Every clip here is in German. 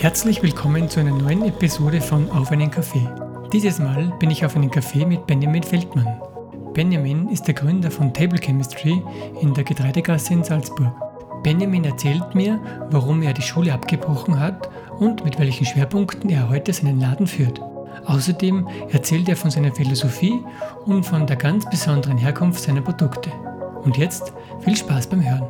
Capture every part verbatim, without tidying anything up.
Herzlich willkommen zu einer neuen Episode von Auf einen Kaffee. Dieses Mal bin ich auf einen Kaffee mit Benjamin Feldmann. Benjamin ist der Gründer von Table Chemistry in der Getreidegasse in Salzburg. Benjamin erzählt mir, warum er die Schule abgebrochen hat und mit welchen Schwerpunkten er heute seinen Laden führt. Außerdem erzählt er von seiner Philosophie und von der ganz besonderen Herkunft seiner Produkte. Und jetzt viel Spaß beim Hören.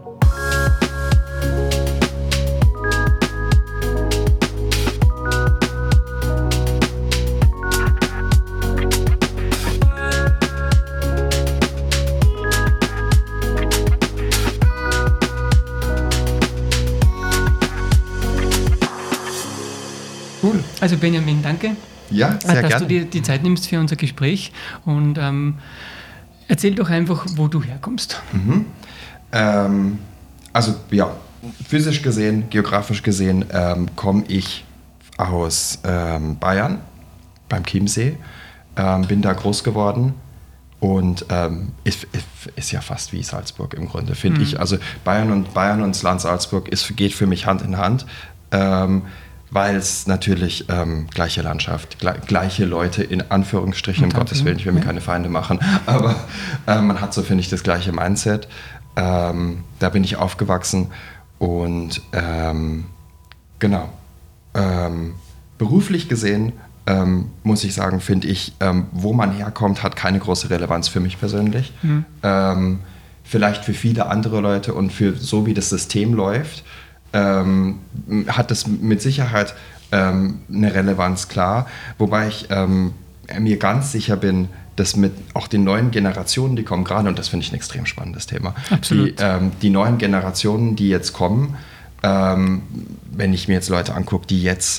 Cool. Also Benjamin, danke, ja, sehr dass gerne. du dir die Zeit nimmst für unser Gespräch. Und ähm, erzähl doch einfach, wo du herkommst. Mhm. Ähm, also ja, physisch gesehen, geografisch gesehen ähm, komme ich aus ähm, Bayern, beim Chiemsee. Ähm, bin da groß geworden und ähm, ist, ist ja fast wie Salzburg im Grunde, finde Mhm. ich. Also Bayern und Bayern und das Land Salzburg ist, geht für mich Hand in Hand. Ähm, weil es natürlich ähm, gleiche Landschaft, gle- gleiche Leute in Anführungsstrichen, um Und Gottes Willen, ich will mir ja. keine Feinde machen, aber äh, man hat so, finde ich, das gleiche Mindset. Ähm, da bin ich aufgewachsen und ähm, genau, ähm, beruflich gesehen ähm, muss ich sagen, finde ich, ähm, wo man herkommt, hat keine große Relevanz für mich persönlich. Mhm. Ähm, vielleicht für viele andere Leute und für so wie das System läuft, Ähm, hat das mit Sicherheit ähm, eine Relevanz, klar. Wobei ich ähm, mir ganz sicher bin, dass mit auch den neuen Generationen, die kommen gerade, und das finde ich ein extrem spannendes Thema, Absolut. die, ähm, die neuen Generationen, die jetzt kommen, ähm, wenn ich mir jetzt Leute angucke, die jetzt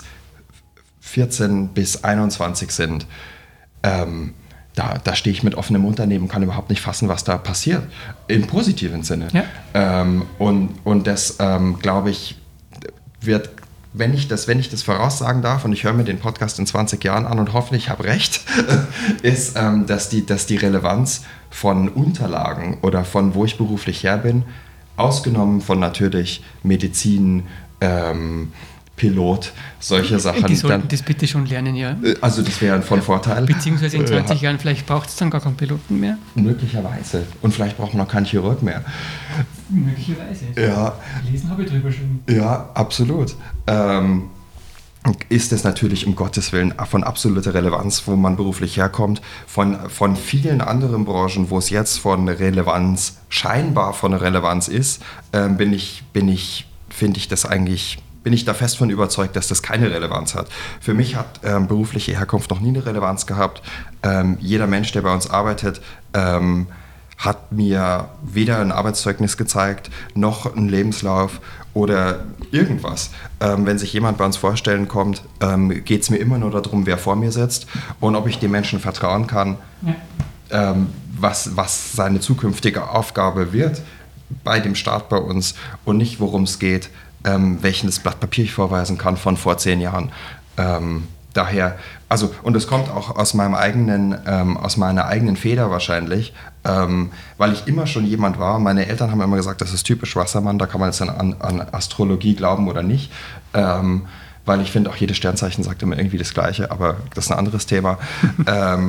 vierzehn bis einundzwanzig sind, ähm, Da, da stehe ich mit offenem Mund daneben und kann überhaupt nicht fassen, was da passiert. Im positiven Sinne. Ja. Ähm, und, und das, ähm, glaube ich, wird, wenn ich, das, wenn ich das voraussagen darf, und ich höre mir den Podcast in zwanzig Jahren an und hoffe, ich habe recht, ist, ähm, dass, die, dass die Relevanz von Unterlagen oder von wo ich beruflich her bin, ausgenommen von natürlich Medizin, ähm, Pilot, solche Sachen. Die sollten dann, das bitte schon lernen, ja. also das wäre von Vorteil. Beziehungsweise in zwanzig Ja. Jahren, vielleicht braucht es dann gar keinen Piloten mehr. Möglicherweise. Und vielleicht braucht man auch keinen Chirurg mehr. Möglicherweise. Ja, Lesen habe ich drüber schon. ja, absolut. Ähm, ist es natürlich um Gottes Willen von absoluter Relevanz, wo man beruflich herkommt. Von, von vielen anderen Branchen, wo es jetzt von Relevanz, scheinbar von Relevanz ist, ähm, bin ich, bin ich, finde ich das eigentlich... bin ich da fest von überzeugt, dass das keine Relevanz hat. Für mich hat ähm, berufliche Herkunft noch nie eine Relevanz gehabt. Ähm, jeder Mensch, der bei uns arbeitet, ähm, hat mir weder ein Arbeitszeugnis gezeigt, noch einen Lebenslauf oder irgendwas. Ähm, wenn sich jemand bei uns vorstellen kommt, ähm, geht es mir immer nur darum, wer vor mir sitzt und ob ich dem Menschen vertrauen kann, Ja. ähm, was, was seine zukünftige Aufgabe wird bei dem Start bei uns und nicht, worum es geht, Ähm, welches Blatt Papier ich vorweisen kann von vor zehn Jahren. Ähm, daher, also, und es kommt auch aus meinem eigenen, ähm, aus meiner eigenen Feder wahrscheinlich, ähm, weil ich immer schon jemand war, meine Eltern haben immer gesagt, das ist typisch Wassermann, da kann man jetzt an, an, an Astrologie glauben oder nicht, ähm, weil ich finde, auch jedes Sternzeichen sagt immer irgendwie das Gleiche, aber das ist ein anderes Thema. ähm,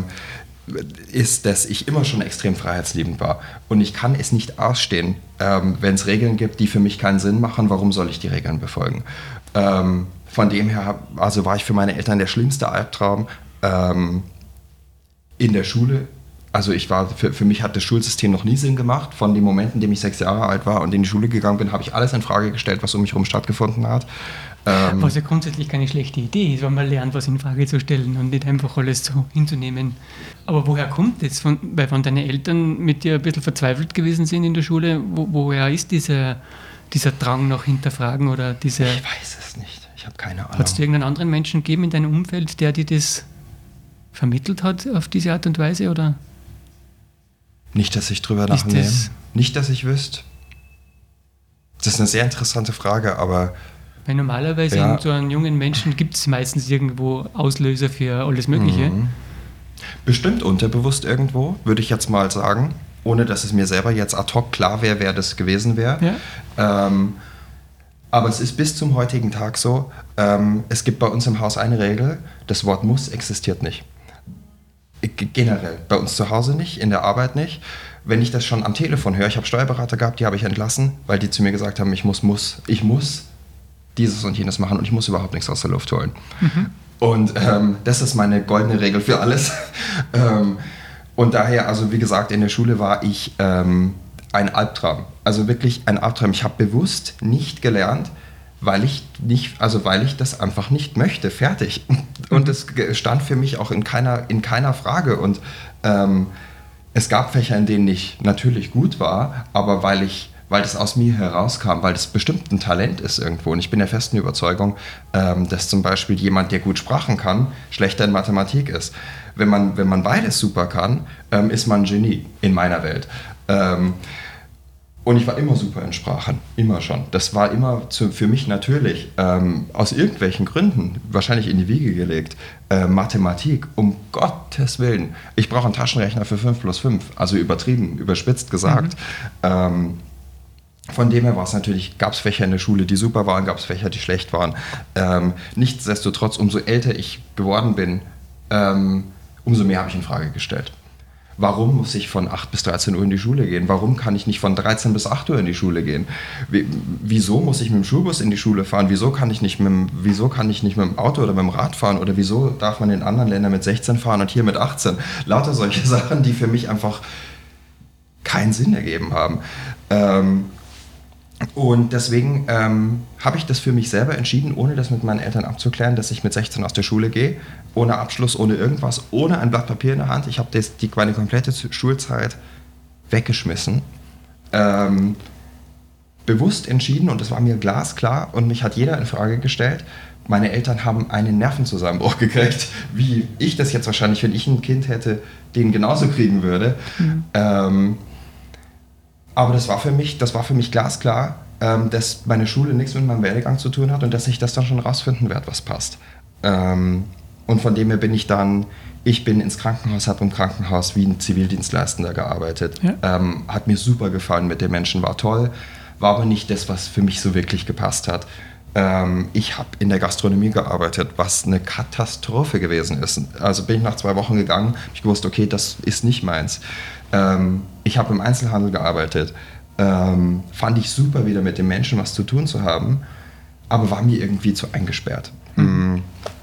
ist, dass ich immer schon extrem freiheitsliebend war. Und ich kann es nicht ausstehen, ähm, wenn es Regeln gibt, die für mich keinen Sinn machen, warum soll ich die Regeln befolgen? Ähm, von dem her, also war ich für meine Eltern der schlimmste Albtraum ähm, in der Schule. Also ich war, für, für mich hat das Schulsystem noch nie Sinn gemacht. Von dem Moment, in dem ich sechs Jahre alt war und in die Schule gegangen bin, habe ich alles in Frage gestellt, was um mich herum stattgefunden hat. Ähm, Was ja grundsätzlich keine schlechte Idee ist, wenn man lernt, was in Frage zu stellen und nicht einfach alles so hinzunehmen. Aber woher kommt das? Von, weil wenn deine Eltern mit dir ein bisschen verzweifelt gewesen sind in der Schule, wo, woher ist dieser, dieser Drang nach Hinterfragen oder diese... ich weiß es nicht. Ich habe keine Ahnung. Hat es irgendeinen anderen Menschen gegeben in deinem Umfeld, der dir das vermittelt hat auf diese Art und Weise? Oder? Nicht, dass ich drüber Ist nachnehme. das- Nicht, dass ich wüsste. Das ist eine sehr interessante Frage, aber Weil normalerweise Ja. in so einem jungen Menschen gibt es meistens irgendwo Auslöser für alles Mögliche. Mhm. bestimmt unterbewusst irgendwo, würde ich jetzt mal sagen, ohne dass es mir selber jetzt ad hoc klar wäre, wer das gewesen wäre. Ja. Ähm, Aber es ist bis zum heutigen Tag so, ähm, es gibt bei uns im Haus eine Regel, das Wort muss existiert nicht. G- generell, bei uns zu Hause nicht, in der Arbeit nicht. Wenn ich das schon am Telefon höre, ich habe Steuerberater gehabt, die habe ich entlassen, weil die zu mir gesagt haben, ich muss, muss, ich muss dieses und jenes machen und ich muss überhaupt nichts aus der Luft holen. Mhm. Und ähm, das ist meine goldene Regel für alles. ähm, und daher, also wie gesagt, in der Schule war ich ähm, ein Albtraum. Also wirklich ein Albtraum. Ich habe bewusst nicht gelernt, weil ich nicht, also weil ich das einfach nicht möchte. Fertig. Und das stand für mich auch in keiner, in keiner Frage. Und ähm, es gab Fächer, in denen ich natürlich gut war, aber weil ich weil das aus mir herauskam, weil das bestimmt ein Talent ist irgendwo. Und ich bin der festen Überzeugung, ähm, dass zum Beispiel jemand, der gut Sprachen kann, schlechter in Mathematik ist. Wenn man, wenn man beides super kann, ähm, ist man ein Genie in meiner Welt. Ähm, und ich war immer super in Sprachen, immer schon. Das war immer zu, für mich natürlich, ähm, aus irgendwelchen Gründen, wahrscheinlich in die Wiege gelegt, äh, Mathematik, um Gottes Willen. Ich brauche einen Taschenrechner für fünf plus fünf, also übertrieben, überspitzt gesagt. Mhm. Ähm, Von dem her war es natürlich, gab es Fächer in der Schule, die super waren, gab es Fächer, die schlecht waren. Ähm, nichtsdestotrotz, umso älter ich geworden bin, ähm, umso mehr habe ich in Frage gestellt. Warum muss ich von acht bis dreizehn Uhr in die Schule gehen? Warum kann ich nicht von dreizehn bis acht Uhr in die Schule gehen? Wie, wieso muss ich mit dem Schulbus in die Schule fahren? Wieso kann ich nicht mit dem, wieso kann ich nicht mit dem Auto oder mit dem Rad fahren? Oder wieso darf man in anderen Ländern mit sechzehn fahren und hier mit achtzehn? Lauter solche Sachen, die für mich einfach keinen Sinn ergeben haben. Ähm, Und deswegen ähm, habe ich das für mich selber entschieden, ohne das mit meinen Eltern abzuklären, dass ich mit sechzehn aus der Schule gehe, ohne Abschluss, ohne irgendwas, ohne ein Blatt Papier in der Hand. Ich habe das, die, meine komplette Schulzeit weggeschmissen, ähm, bewusst entschieden und das war mir glasklar und mich hat jeder in Frage gestellt. Meine Eltern haben einen Nervenzusammenbruch gekriegt, wie ich das jetzt wahrscheinlich, wenn ich ein Kind hätte, den genauso kriegen würde. Mhm. Ähm, Aber das war für mich, das war für mich glasklar, ähm, dass meine Schule nichts mit meinem Werdegang zu tun hat und dass ich das dann schon rausfinden werde, was passt. Ähm, und von dem her bin ich dann, ich bin ins Krankenhaus, habe im Krankenhaus wie ein Zivildienstleistender gearbeitet. Ja. Ähm, hat mir super gefallen mit den Menschen, war toll, war aber nicht das, was für mich so wirklich gepasst hat. Ähm, ich habe in der Gastronomie gearbeitet, was eine Katastrophe gewesen ist. Also bin ich nach zwei Wochen gegangen, habe ich gewusst, okay, das ist nicht meins. Ähm, ich habe im Einzelhandel gearbeitet, ähm, fand ich super, wieder mit den Menschen was zu tun zu haben, aber war mir irgendwie zu eingesperrt. Mhm.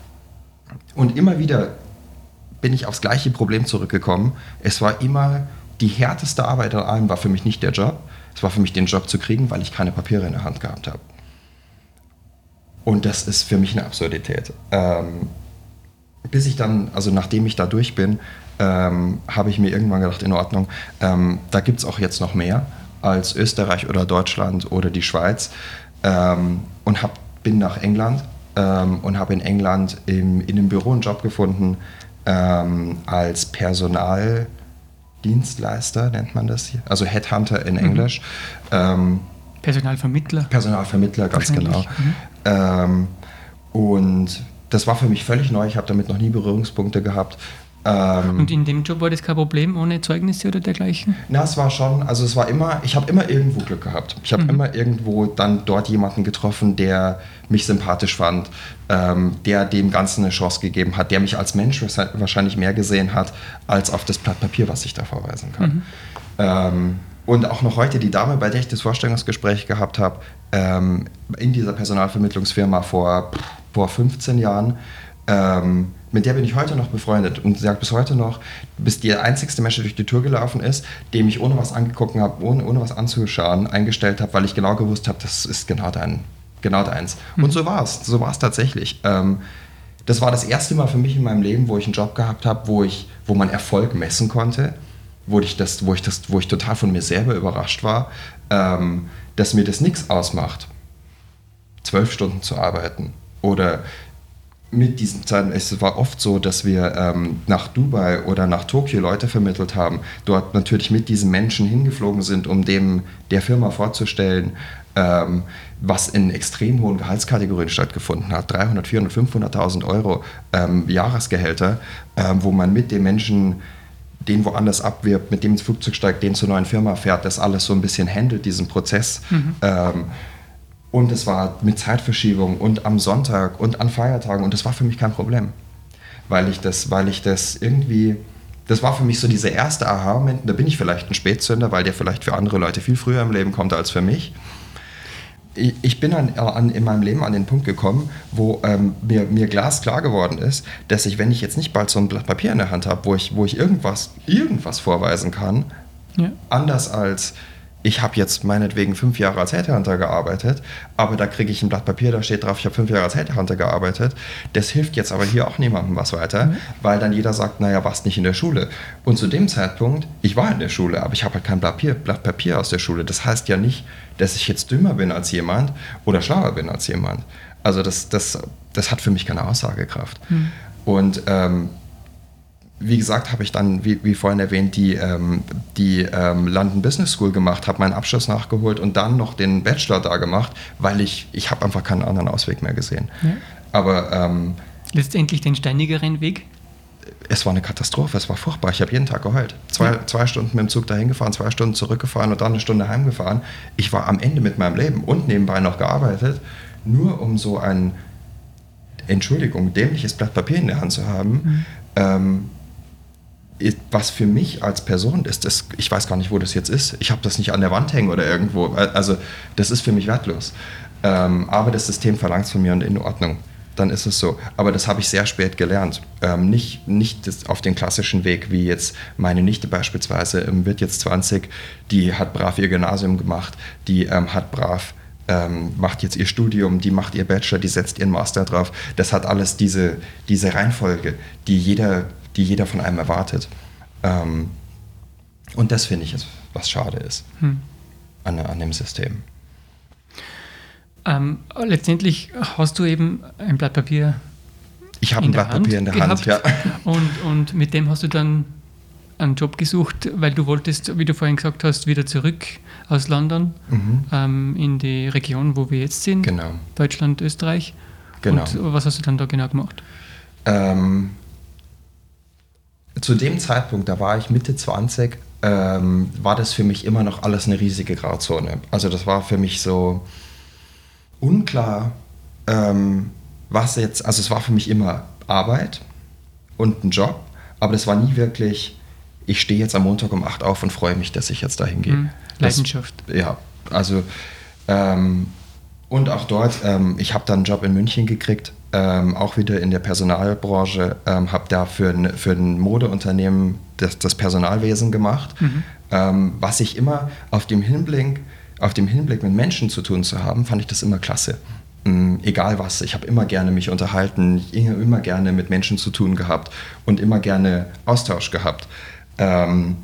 Und immer wieder bin ich aufs gleiche Problem zurückgekommen. Es war immer, die härteste Arbeit an allem war für mich nicht der Job, es war für mich den Job zu kriegen, weil ich keine Papiere in der Hand gehabt habe. Und das ist für mich eine Absurdität. Ähm, bis ich dann, also nachdem ich da durch bin, ähm, habe ich mir irgendwann gedacht, in Ordnung, ähm, da gibt es auch jetzt noch mehr als Österreich oder Deutschland oder die Schweiz. Ähm, und hab, bin nach England ähm, und habe in England im, in einem Büro einen Job gefunden ähm, als Personaldienstleister, nennt man das hier, also Headhunter in Englisch. Mhm. Ähm, Personalvermittler. Personalvermittler, ganz genau. Mhm. Ähm, und das war für mich völlig neu, ich habe damit noch nie Berührungspunkte gehabt. Ähm, und in dem Job war das kein Problem, ohne Zeugnisse oder dergleichen? Na, es war schon, also es war immer, ich habe immer irgendwo Glück gehabt. Ich habe mhm. immer irgendwo dann dort jemanden getroffen, der mich sympathisch fand, ähm, der dem Ganzen eine Chance gegeben hat, der mich als Mensch wahrscheinlich mehr gesehen hat, als auf das Blatt Papier, was ich da vorweisen kann. Mhm. Ähm, und auch noch heute die Dame, bei der ich das Vorstellungsgespräch gehabt habe, ähm, in dieser Personalvermittlungsfirma vor, vor fünfzehn Jahren, ähm, mit der bin ich heute noch befreundet und sie sagt bis heute noch, bis der einzigste Mensch, der durch die Tür gelaufen ist, dem ich ohne was angeguckt habe, ohne, ohne was anzuschauen, eingestellt habe, weil ich genau gewusst habe, das ist genau dein, genau deins. Mhm. Und so war es, so war es tatsächlich. Ähm, das war das erste Mal für mich in meinem Leben, wo ich einen Job gehabt habe, wo ich, wo man Erfolg messen konnte, wo ich das, wo ich das, wo ich total von mir selber überrascht war, ähm, dass mir das nichts ausmacht, zwölf Stunden zu arbeiten oder mit diesen Zeiten, es war oft so, dass wir ähm, nach Dubai oder nach Tokio Leute vermittelt haben, dort natürlich mit diesen Menschen hingeflogen sind, um dem der Firma vorzustellen, ähm, was in extrem hohen Gehaltskategorien stattgefunden hat, dreihundert, vierhundert, fünfhunderttausend Euro ähm, Jahresgehälter, ähm, wo man mit den Menschen den woanders abwirbt, mit dem ins Flugzeug steigt, den zur neuen Firma fährt, das alles so ein bisschen handelt, diesen Prozess. Mhm. Ähm, Und es war mit Zeitverschiebung und am Sonntag und an Feiertagen und das war für mich kein Problem. Weil ich das, weil ich das irgendwie, das war für mich so dieser erste Aha-Moment, da bin ich vielleicht ein Spätzünder, weil der vielleicht für andere Leute viel früher im Leben kommt als für mich. Ich bin an, an, in meinem Leben an den Punkt gekommen, wo ähm, mir, mir glasklar geworden ist, dass ich, wenn ich jetzt nicht bald so ein Blatt Papier in der Hand habe, wo ich, wo ich irgendwas, irgendwas vorweisen kann, ja. anders als ich habe jetzt meinetwegen fünf Jahre als Headhunter gearbeitet, aber da kriege ich ein Blatt Papier, da steht drauf, ich habe fünf Jahre als Headhunter gearbeitet. Das hilft jetzt aber hier auch niemandem was weiter, mhm. weil dann jeder sagt, naja, warst nicht in der Schule. Und zu dem Zeitpunkt, ich war in der Schule, aber ich habe halt kein Blatt Papier, Blatt Papier aus der Schule. Das heißt ja nicht, dass ich jetzt dümmer bin als jemand oder schlauer bin als jemand. Also das, das, das hat für mich keine Aussagekraft. Mhm. Und ähm, wie gesagt, habe ich dann, wie, wie vorhin erwähnt, die, ähm, die ähm, London Business School gemacht, habe meinen Abschluss nachgeholt und dann noch den Bachelor da gemacht, weil ich, ich habe einfach keinen anderen Ausweg mehr gesehen. Ja. Aber ähm, letztendlich den steinigeren Weg? Es war eine Katastrophe, es war furchtbar. Ich habe jeden Tag geheult. Zwei, ja. zwei Stunden mit dem Zug dahin gefahren, zwei Stunden zurückgefahren und dann eine Stunde heimgefahren. Ich war am Ende mit meinem Leben und nebenbei noch gearbeitet, nur um so ein, Entschuldigung, dämliches Blatt Papier in der Hand zu haben, mhm. ähm, was für mich als Person ist, das, ich weiß gar nicht, wo das jetzt ist. Ich habe das nicht an der Wand hängen oder irgendwo. Also das ist für mich wertlos. Ähm, aber das System verlangt es von mir und in Ordnung. Dann ist es so. Aber das habe ich sehr spät gelernt. Ähm, nicht nicht das auf den klassischen Weg, wie jetzt meine Nichte beispielsweise, ähm, wird jetzt zwanzig, die hat brav ihr Gymnasium gemacht, die ähm, hat brav, ähm, macht jetzt ihr Studium, die macht ihr Bachelor, die setzt ihren Master drauf. Das hat alles diese, diese Reihenfolge, die jeder die jeder von einem erwartet. Ähm, und das finde ich, ist, was schade ist hm. an, an dem System. Ähm, letztendlich hast du eben ein Blatt Papier Ich habe ein Blatt Papier in der Hand, ja. Und, und mit dem hast du dann einen Job gesucht, weil du wolltest, wie du vorhin gesagt hast, wieder zurück aus London mhm. ähm, in die Region, wo wir jetzt sind. Genau. Deutschland, Österreich. Genau. Und was hast du dann da genau gemacht? Ähm, Zu dem Zeitpunkt, da war ich Mitte zwanzig, ähm, war das für mich immer noch alles eine riesige Grauzone. Also das war für mich so unklar, ähm, was jetzt, also es war für mich immer Arbeit und ein Job, aber das war nie wirklich, ich stehe jetzt am Montag um acht auf und freue mich, dass ich jetzt dahin gehe. Mhm. Leidenschaft. Das, ja, also ähm, und auch dort, ähm, ich habe dann einen Job in München gekriegt, Ähm, auch wieder in der Personalbranche, ähm, habe da für ein, für ein Modeunternehmen das, das Personalwesen gemacht, mhm. ähm, was ich immer auf dem Hinblick, auf dem Hinblick mit Menschen zu tun zu haben, fand ich das immer klasse. Ähm, egal was, ich habe immer gerne mich unterhalten, immer gerne mit Menschen zu tun gehabt und immer gerne Austausch gehabt. Ähm,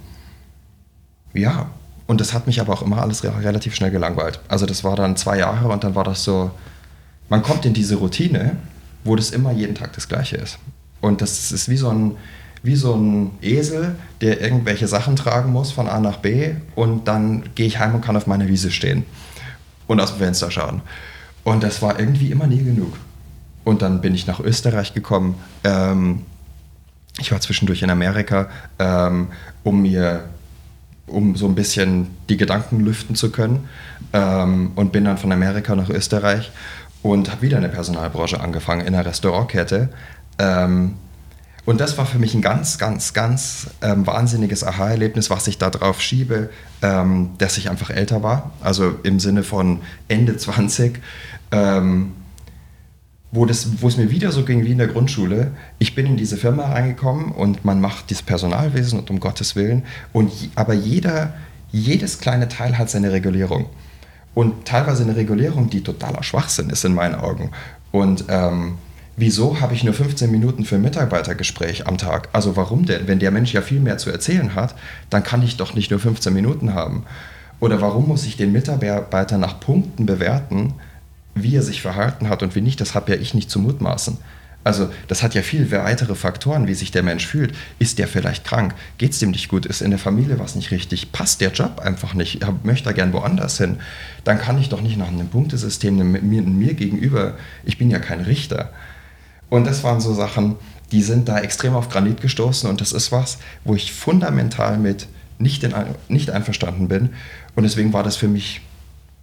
ja, und das hat mich aber auch immer alles re- relativ schnell gelangweilt. Also das war dann zwei Jahre und dann war das so, man kommt in diese Routine, wo das immer jeden Tag das Gleiche ist. Und das ist wie so ein, wie so ein Esel, der irgendwelche Sachen tragen muss von A nach B und dann gehe ich heim und kann auf meiner Wiese stehen und aus dem Fenster schauen. Und das war irgendwie immer nie genug. Und dann bin ich nach Österreich gekommen. Ähm, ich war zwischendurch in Amerika, ähm, um mir um so ein bisschen die Gedanken lüften zu können ähm, und bin dann von Amerika nach Österreich und habe wieder in der Personalbranche angefangen, in einer Restaurantkette. Ähm, und das war für mich ein ganz, ganz, ganz ähm, wahnsinniges Aha-Erlebnis, was ich da drauf schiebe, ähm, dass ich einfach älter war, also im Sinne von Ende zwanzig, ähm, wo, das, wo es mir wieder so ging wie in der Grundschule. Ich bin in diese Firma reingekommen und man macht dieses Personalwesen und um Gottes Willen, und, aber jeder, jedes kleine Teil hat seine Regulierung. Und teilweise eine Regulierung, die totaler Schwachsinn ist in meinen Augen. Und ähm, wieso habe ich nur fünfzehn Minuten für ein Mitarbeitergespräch am Tag? Also warum denn? Wenn der Mensch ja viel mehr zu erzählen hat, dann kann ich doch nicht nur fünfzehn Minuten haben. Oder warum muss ich den Mitarbeiter nach Punkten bewerten, wie er sich verhalten hat und wie nicht? Das habe ja ich nicht zu mutmaßen. Also das hat ja viel weitere Faktoren, wie sich der Mensch fühlt. Ist der vielleicht krank? Geht es dem nicht gut? Ist in der Familie was nicht richtig? Passt der Job einfach nicht? Ich möchte da gern woanders hin. Dann kann ich doch nicht nach einem Punktesystem mir, mir gegenüber, ich bin ja kein Richter. Und das waren so Sachen, die sind da extrem auf Granit gestoßen, und das ist was, wo ich fundamental mit nicht, in, nicht einverstanden bin. Und deswegen war das für mich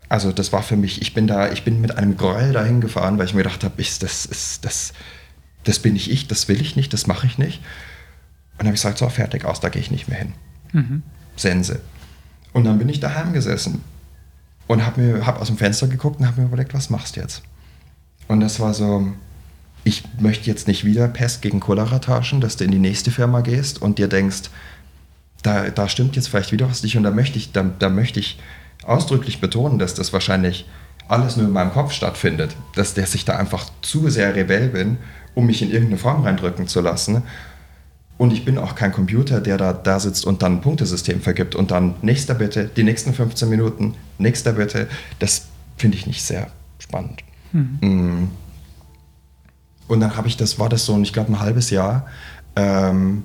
Also das war für mich, ich bin da, ich bin mit einem Groll dahin gefahren, weil ich mir gedacht habe, ich, das ist, das, das bin nicht ich, das will ich nicht, das mache ich nicht. Und dann habe ich gesagt, so, fertig aus, da gehe ich nicht mehr hin. Mhm. Sense. Und dann bin ich daheim gesessen und habe mir, hab aus dem Fenster geguckt und habe mir überlegt, was machst du jetzt? Und das war so, ich möchte jetzt nicht wieder Pest gegen Cholera tauschen, dass du in die nächste Firma gehst und dir denkst, da, da stimmt jetzt vielleicht wieder was nicht. Und da möchte ich, da, da möchte ich ausdrücklich betonen, dass das wahrscheinlich alles nur in meinem Kopf stattfindet, dass, dass ich da einfach zu sehr Rebell bin, um mich in irgendeine Form reindrücken zu lassen. Und ich bin auch kein Computer, der da, da sitzt und dann ein Punktesystem vergibt und dann nächster Bitte, die nächsten fünfzehn Minuten, nächster Bitte. Das finde ich nicht sehr spannend. Mhm. Und dann habe ich das, war das so, ich glaube ein halbes Jahr, ähm,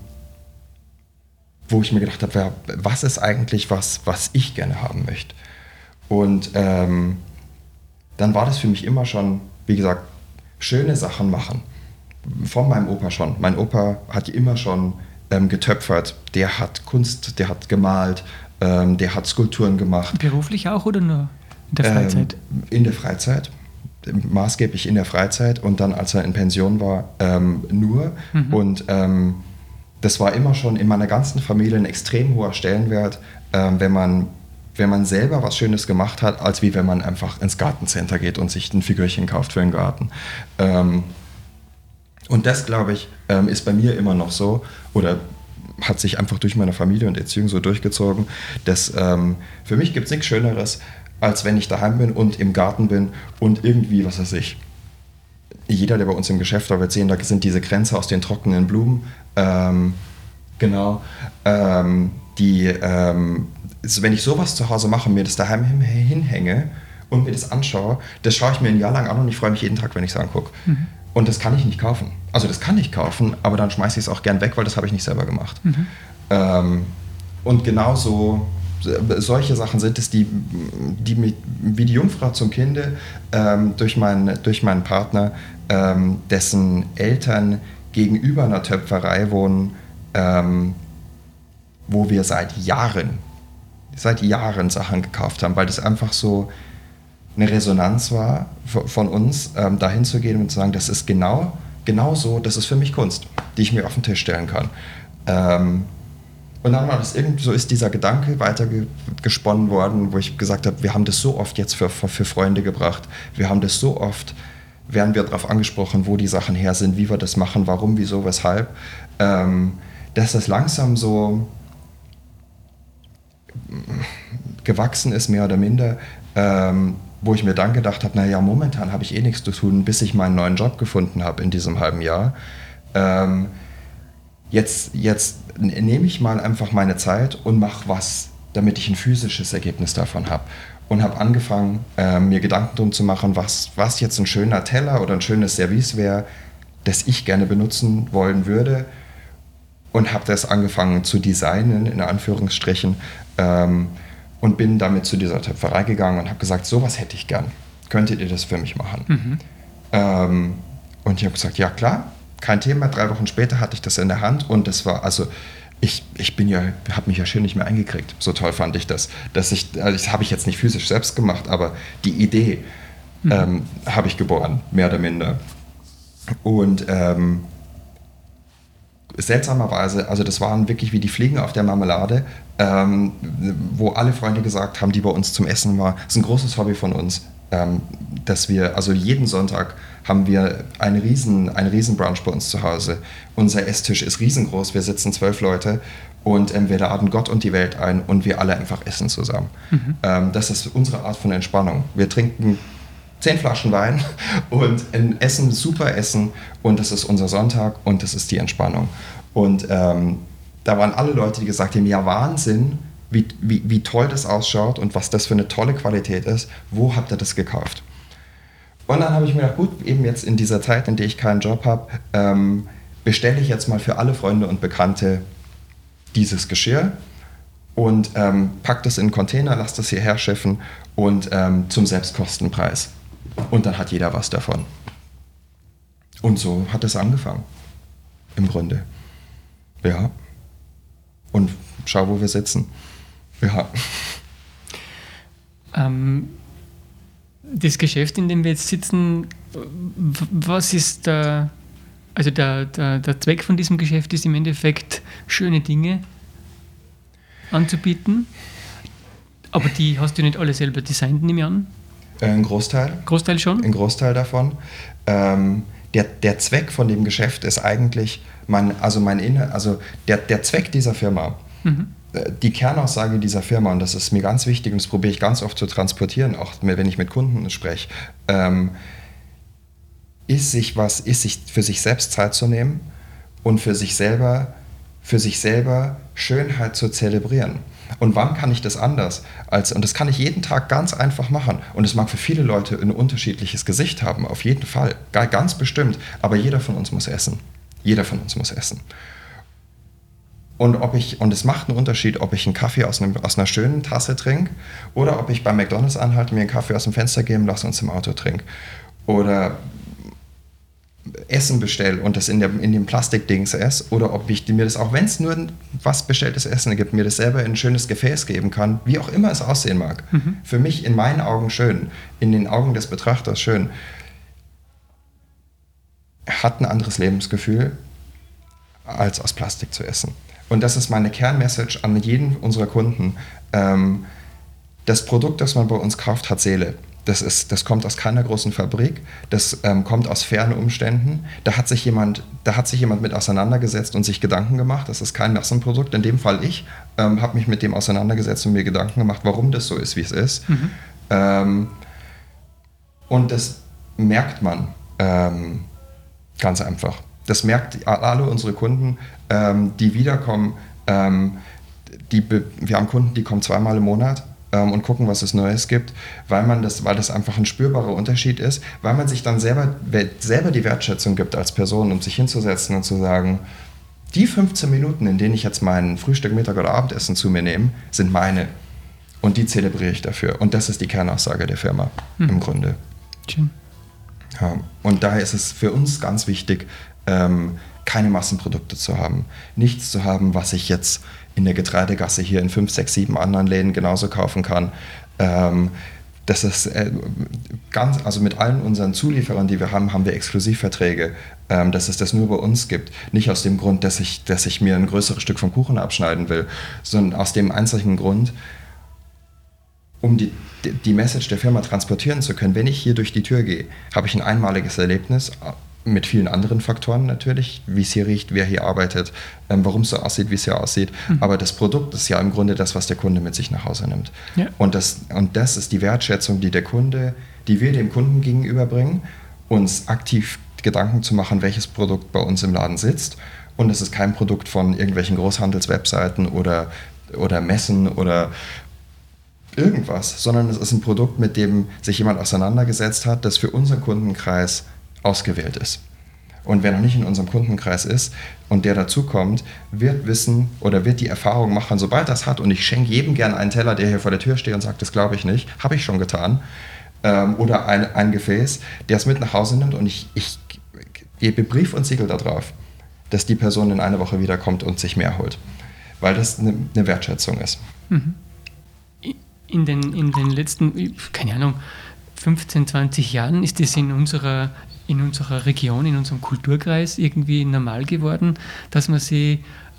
wo ich mir gedacht habe, ja, was ist eigentlich was, was ich gerne haben möchte? Und ähm, dann war das für mich immer schon, wie gesagt, schöne Sachen machen. Von meinem Opa schon. Mein Opa hat immer schon ähm, getöpfert. Der hat Kunst, der hat gemalt, ähm, der hat Skulpturen gemacht. Beruflich auch oder nur in der Freizeit? Ähm, in der Freizeit. Maßgeblich in der Freizeit und dann, als er in Pension war, ähm, nur. Mhm. Und ähm, das war immer schon in meiner ganzen Familie ein extrem hoher Stellenwert, ähm, wenn man wenn man selber was Schönes gemacht hat, als wie wenn man einfach ins Gartencenter geht und sich ein Figürchen kauft für den Garten. Ähm, und das, glaube ich, ähm, ist bei mir immer noch so, oder hat sich einfach durch meine Familie und Erziehung so durchgezogen, dass ähm, für mich gibt es nichts Schöneres, als wenn ich daheim bin und im Garten bin und irgendwie, was weiß ich, jeder, der bei uns im Geschäft war, wird sehen, da sind diese Kränze aus den trockenen Blumen, ähm, genau, ähm, die, ähm, wenn ich sowas zu Hause mache und mir das daheim hinhänge und mir das anschaue, das schaue ich mir ein Jahr lang an und ich freue mich jeden Tag, wenn ich es angucke. Mhm. Und das kann ich nicht kaufen. Also das kann ich kaufen, aber dann schmeiße ich es auch gern weg, weil das habe ich nicht selber gemacht. Mhm. Ähm, und genauso solche Sachen sind es, die, die mich, wie die Jungfrau zum Kinde, ähm, durch, mein, durch meinen Partner, ähm, dessen Eltern gegenüber einer Töpferei wohnen, ähm, wo wir seit Jahren, seit Jahren Sachen gekauft haben, weil das einfach so eine Resonanz war von uns, ähm, dahin zu gehen und zu sagen, das ist genau, genau so, das ist für mich Kunst, die ich mir auf den Tisch stellen kann. Ähm, und dann war das irgendwie, so ist dieser Gedanke weitergesponnen worden, wo ich gesagt habe, wir haben das so oft jetzt für, für, für Freunde gebracht, wir haben das so oft, werden wir darauf angesprochen, wo die Sachen her sind, wie wir das machen, warum, wieso, weshalb, ähm, dass das langsam so gewachsen ist, mehr oder minder, ähm, wo ich mir dann gedacht habe, naja, momentan habe ich eh nichts zu tun, bis ich meinen neuen Job gefunden habe in diesem halben Jahr. Ähm, jetzt, jetzt nehme ich mal einfach meine Zeit und mache was, damit ich ein physisches Ergebnis davon habe. Und habe angefangen, äh, mir Gedanken darum zu machen, was, was jetzt ein schöner Teller oder ein schönes Service wäre, das ich gerne benutzen wollen würde. Und habe das angefangen zu designen, in Anführungsstrichen, ähm, und bin damit zu dieser Töpferei gegangen und habe gesagt, sowas hätte ich gern. Könntet ihr das für mich machen? Mhm. Ähm, und ich habe gesagt, ja klar, kein Thema. Drei Wochen später hatte ich das in der Hand und das war, also ich, ich bin ja, habe mich ja schön nicht mehr eingekriegt. So toll fand ich das. Dass ich, also das habe ich jetzt nicht physisch selbst gemacht, aber die Idee mhm. ähm, habe ich geboren, mehr oder minder. Und ähm, seltsamerweise, also das waren wirklich wie die Fliegen auf der Marmelade, ähm, wo alle Freunde gesagt haben, die bei uns zum Essen waren, das ist ein großes Hobby von uns, ähm, dass wir, also jeden Sonntag haben wir einen riesen, einen riesen Brunch bei uns zu Hause. Unser Esstisch ist riesengroß, wir sitzen zwölf Leute und ähm, wir laden Gott und die Welt ein und wir alle einfach essen zusammen. Mhm. Ähm, das ist unsere Art von Entspannung. Wir trinken zehn Flaschen Wein und essen super Essen und das ist unser Sonntag und das ist die Entspannung. Und ähm, da waren alle Leute, die gesagt haben, ja Wahnsinn, wie, wie, wie toll das ausschaut und was das für eine tolle Qualität ist. Wo habt ihr das gekauft? Und dann habe ich mir gedacht, gut, eben jetzt in dieser Zeit, in der ich keinen Job habe, ähm, bestelle ich jetzt mal für alle Freunde und Bekannte dieses Geschirr und ähm, pack das in einen Container, lass das hierher schiffen und ähm, zum Selbstkostenpreis. Und dann hat jeder was davon. Und so hat es angefangen. Im Grunde. Ja. Und schau, wo wir sitzen. Ja. Ähm, das Geschäft, in dem wir jetzt sitzen, was ist der, also der, der, der Zweck von diesem Geschäft ist im Endeffekt, schöne Dinge anzubieten, aber die hast du nicht alle selber designt, nehme ich an? Ein Großteil. Großteil schon? Ein Großteil davon. Ähm, der, der Zweck von dem Geschäft ist eigentlich, mein, also mein Inner, also der, der Zweck dieser Firma, mhm. die Kernaussage dieser Firma, und das ist mir ganz wichtig und das probiere ich ganz oft zu transportieren, auch wenn ich mit Kunden spreche, ähm, ist sich was, ist sich für sich selbst Zeit zu nehmen und für sich selber, für sich selber Schönheit zu zelebrieren. Und wann kann ich das anders? Als, und das kann ich jeden Tag ganz einfach machen. Und es mag für viele Leute ein unterschiedliches Gesicht haben, auf jeden Fall, ganz bestimmt. Aber jeder von uns muss essen. Jeder von uns muss essen. Und, ob ich, und es macht einen Unterschied, ob ich einen Kaffee aus, einem, aus einer schönen Tasse trinke oder ob ich bei McDonald's anhalte, mir einen Kaffee aus dem Fenster geben lasse und es im Auto trinke. Oder Essen bestelle und das in, der, in dem Plastikdings esse, oder ob ich mir das, auch wenn es nur was bestelltes Essen gibt, mir das selber in ein schönes Gefäß geben kann, wie auch immer es aussehen mag. Mhm. Für mich in meinen Augen schön, in den Augen des Betrachters schön. Hat ein anderes Lebensgefühl, als aus Plastik zu essen. Und das ist meine Kernmessage an jeden unserer Kunden. Ähm, das Produkt, das man bei uns kauft, hat Seele. Das, ist, das kommt aus keiner großen Fabrik, das ähm, kommt aus fernen Umständen. Da hat, sich jemand, da hat sich jemand mit auseinandergesetzt und sich Gedanken gemacht. Das ist kein Massenprodukt. In dem Fall ich ähm, habe mich mit dem auseinandergesetzt und mir Gedanken gemacht, warum das so ist, wie es ist. Mhm. Ähm, und das merkt man ähm, ganz einfach. Das merkt alle unsere Kunden, ähm, die wiederkommen. Ähm, die be- wir haben Kunden, die kommen zweimal im Monat und gucken, was es Neues gibt, weil man das, weil das einfach ein spürbarer Unterschied ist, weil man sich dann selber, selber die Wertschätzung gibt als Person, um sich hinzusetzen und zu sagen, die fünfzehn Minuten, in denen ich jetzt mein Frühstück, Mittag oder Abendessen zu mir nehme, sind meine. Und die zelebriere ich dafür. Und das ist die Kernaussage der Firma hm. im Grunde. Schön. Ja, und daher ist es für uns ganz wichtig, ähm, keine Massenprodukte zu haben. Nichts zu haben, was ich jetzt in der Getreidegasse hier in fünf, sechs, sieben anderen Läden genauso kaufen kann. Ähm, das ist äh, ganz, also mit allen unseren Zulieferern, die wir haben, haben wir Exklusivverträge, ähm, dass es das nur bei uns gibt. Nicht aus dem Grund, dass ich, dass ich mir ein größeres Stück vom Kuchen abschneiden will, sondern aus dem einzigen Grund, um die, die Message der Firma transportieren zu können. Wenn ich hier durch die Tür gehe, habe ich ein einmaliges Erlebnis, mit vielen anderen Faktoren natürlich, wie es hier riecht, wer hier arbeitet, ähm, warum es so aussieht, wie es hier aussieht. Mhm. Aber das Produkt ist ja im Grunde das, was der Kunde mit sich nach Hause nimmt. Ja. Und, das, und das ist die Wertschätzung, die der Kunde, die wir dem Kunden gegenüberbringen, uns aktiv Gedanken zu machen, welches Produkt bei uns im Laden sitzt. Und es ist kein Produkt von irgendwelchen Großhandelswebseiten oder, oder Messen oder irgendwas, sondern es ist ein Produkt, mit dem sich jemand auseinandergesetzt hat, das für unseren Kundenkreis ausgewählt ist. Und wer noch nicht in unserem Kundenkreis ist und der dazukommt, wird wissen oder wird die Erfahrung machen, sobald das hat, und ich schenke jedem gern einen Teller, der hier vor der Tür steht und sagt, das glaube ich nicht, habe ich schon getan, ähm, oder ein, ein Gefäß, der es mit nach Hause nimmt, und ich, ich gebe Brief und Siegel darauf, dass die Person in einer Woche wiederkommt und sich mehr holt, weil das eine, eine Wertschätzung ist. Mhm. In den, in den letzten, keine Ahnung, fünfzehn, zwanzig Jahren ist das in unserer in unserer Region, in unserem Kulturkreis irgendwie normal geworden, dass man sich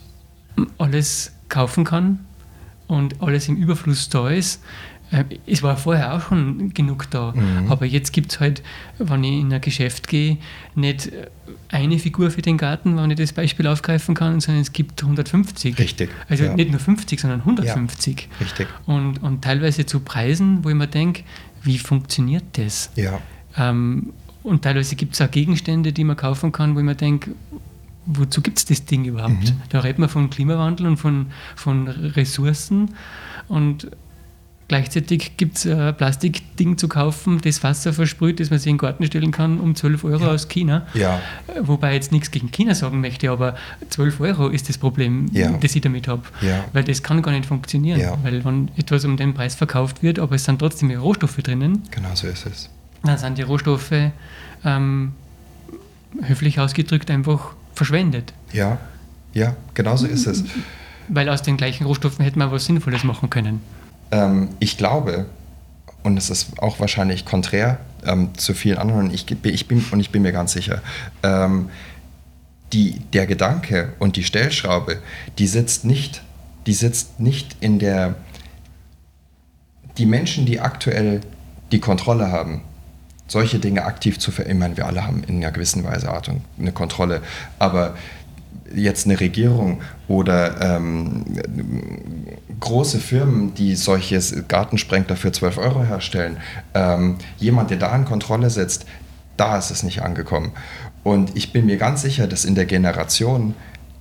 alles kaufen kann und alles im Überfluss da ist. Es war vorher auch schon genug da, mhm. aber jetzt gibt es halt, wenn ich in ein Geschäft gehe, nicht eine Figur für den Garten, wenn ich das Beispiel aufgreifen kann, sondern es gibt hundertfünfzig. Richtig. Also ja. nicht nur fünfzig, sondern hundertfünfzig. Ja. Richtig. Und, und teilweise zu Preisen, wo ich mir denke, wie funktioniert das? Ja. Ähm, Und teilweise gibt es auch Gegenstände, die man kaufen kann, wo ich mir denke, wozu gibt es das Ding überhaupt? Mhm. Da redet man von Klimawandel und von, von Ressourcen, und gleichzeitig gibt es ein Plastikding zu kaufen, das Wasser versprüht, das man sich in den Garten stellen kann, um zwölf Euro ja. aus China. Ja. Wobei ich jetzt nichts gegen China sagen möchte, aber zwölf Euro ist das Problem, ja. das ich damit habe. Ja. Weil das kann gar nicht funktionieren. Ja. Weil wenn etwas um den Preis verkauft wird, aber es sind trotzdem Rohstoffe drinnen. Genau so ist es. Dann sind die Rohstoffe, ähm, höflich ausgedrückt, einfach verschwendet. Ja, ja, genau so ist es. Weil aus den gleichen Rohstoffen hätte man was Sinnvolles machen können. Ähm, ich glaube, und es ist auch wahrscheinlich konträr ähm, zu vielen anderen, und ich, ich, bin, und ich bin mir ganz sicher, ähm, die, der Gedanke und die Stellschraube, die sitzt nicht, die sitzt nicht in der, die Menschen, die aktuell die Kontrolle haben, solche Dinge aktiv zu verändern. Wir alle haben in einer gewissen Weise Art und eine Kontrolle, aber jetzt eine Regierung oder ähm, große Firmen, die solches Gartensprengler für zwölf Euro herstellen, ähm, jemand, der da in Kontrolle sitzt, da ist es nicht angekommen. Und ich bin mir ganz sicher, dass in der Generation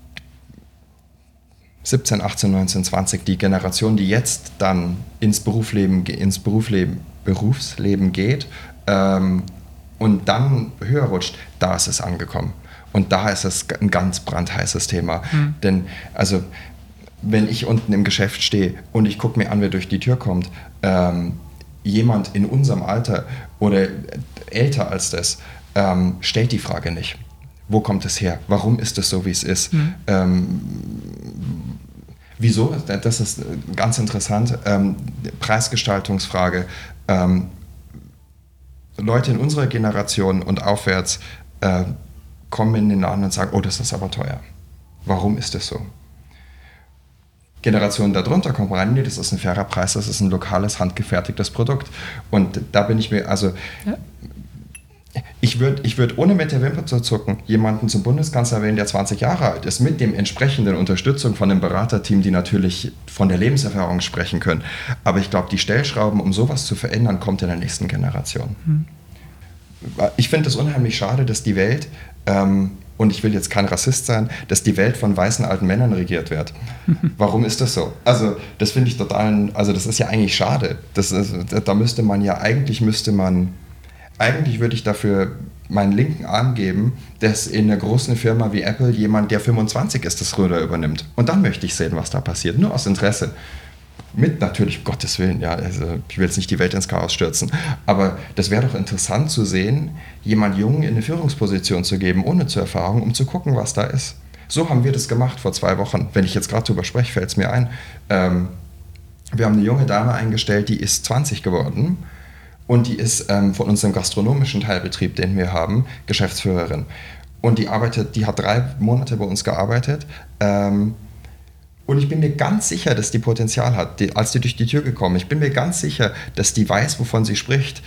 siebzehn, achtzehn, neunzehn, zwanzig, die Generation, die jetzt dann ins Berufsleben, ins Berufsleben, Berufsleben geht ähm, und dann höher rutscht, da ist es angekommen. Und da ist es ein ganz brandheißes Thema. Mhm. Denn, also, wenn ich unten im Geschäft stehe und ich gucke mir an, wer durch die Tür kommt, ähm, jemand in unserem Alter oder älter als das, ähm, stellt die Frage nicht. Wo kommt es her? Warum ist es so, wie es ist? Mhm. Ähm, wieso? Das ist ganz interessant. Ähm, Preisgestaltungsfrage. Ähm, Leute in unserer Generation und aufwärts äh, kommen in den Laden und sagen, oh, das ist aber teuer. Warum ist das so? Generationen darunter kommen rein, nee, das ist ein fairer Preis, das ist ein lokales, handgefertigtes Produkt. Und da bin ich mir, also ja. ich würde ich würd ohne mit der Wimper zu zucken jemanden zum Bundeskanzler wählen, der zwanzig Jahre alt ist, mit dem entsprechenden Unterstützung von einem Beraterteam, die natürlich von der Lebenserfahrung sprechen können. Aber ich glaube, die Stellschrauben, um sowas zu verändern, kommt in der nächsten Generation. Hm. Ich finde es unheimlich schade, dass die Welt, ähm, und ich will jetzt kein Rassist sein, dass die Welt von weißen alten Männern regiert wird. Warum ist das so? Also das finde ich total, also das ist ja eigentlich schade. Das ist, da müsste man ja, eigentlich müsste man, eigentlich würde ich dafür meinen linken Arm geben, dass in einer großen Firma wie Apple jemand, der fünfundzwanzig ist, das Ruder übernimmt. Und dann möchte ich sehen, was da passiert, nur aus Interesse. Mit natürlich, um Gottes Willen, ja, also ich will jetzt nicht die Welt ins Chaos stürzen, aber das wäre doch interessant zu sehen, jemand Jungen in eine Führungsposition zu geben, ohne zur Erfahrung, um zu gucken, was da ist. So haben wir das gemacht vor zwei Wochen. Wenn ich jetzt gerade drüber spreche, fällt es mir ein. Ähm, wir haben eine junge Dame eingestellt, die ist zwanzig geworden und die ist ähm, von unserem gastronomischen Teilbetrieb, den wir haben, Geschäftsführerin. Und die arbeitet, die hat drei Monate bei uns gearbeitet. Ähm, Und ich bin mir ganz sicher, dass die Potenzial hat, die, als die durch die Tür gekommen ist. Ich bin mir ganz sicher, dass die weiß, wovon sie spricht,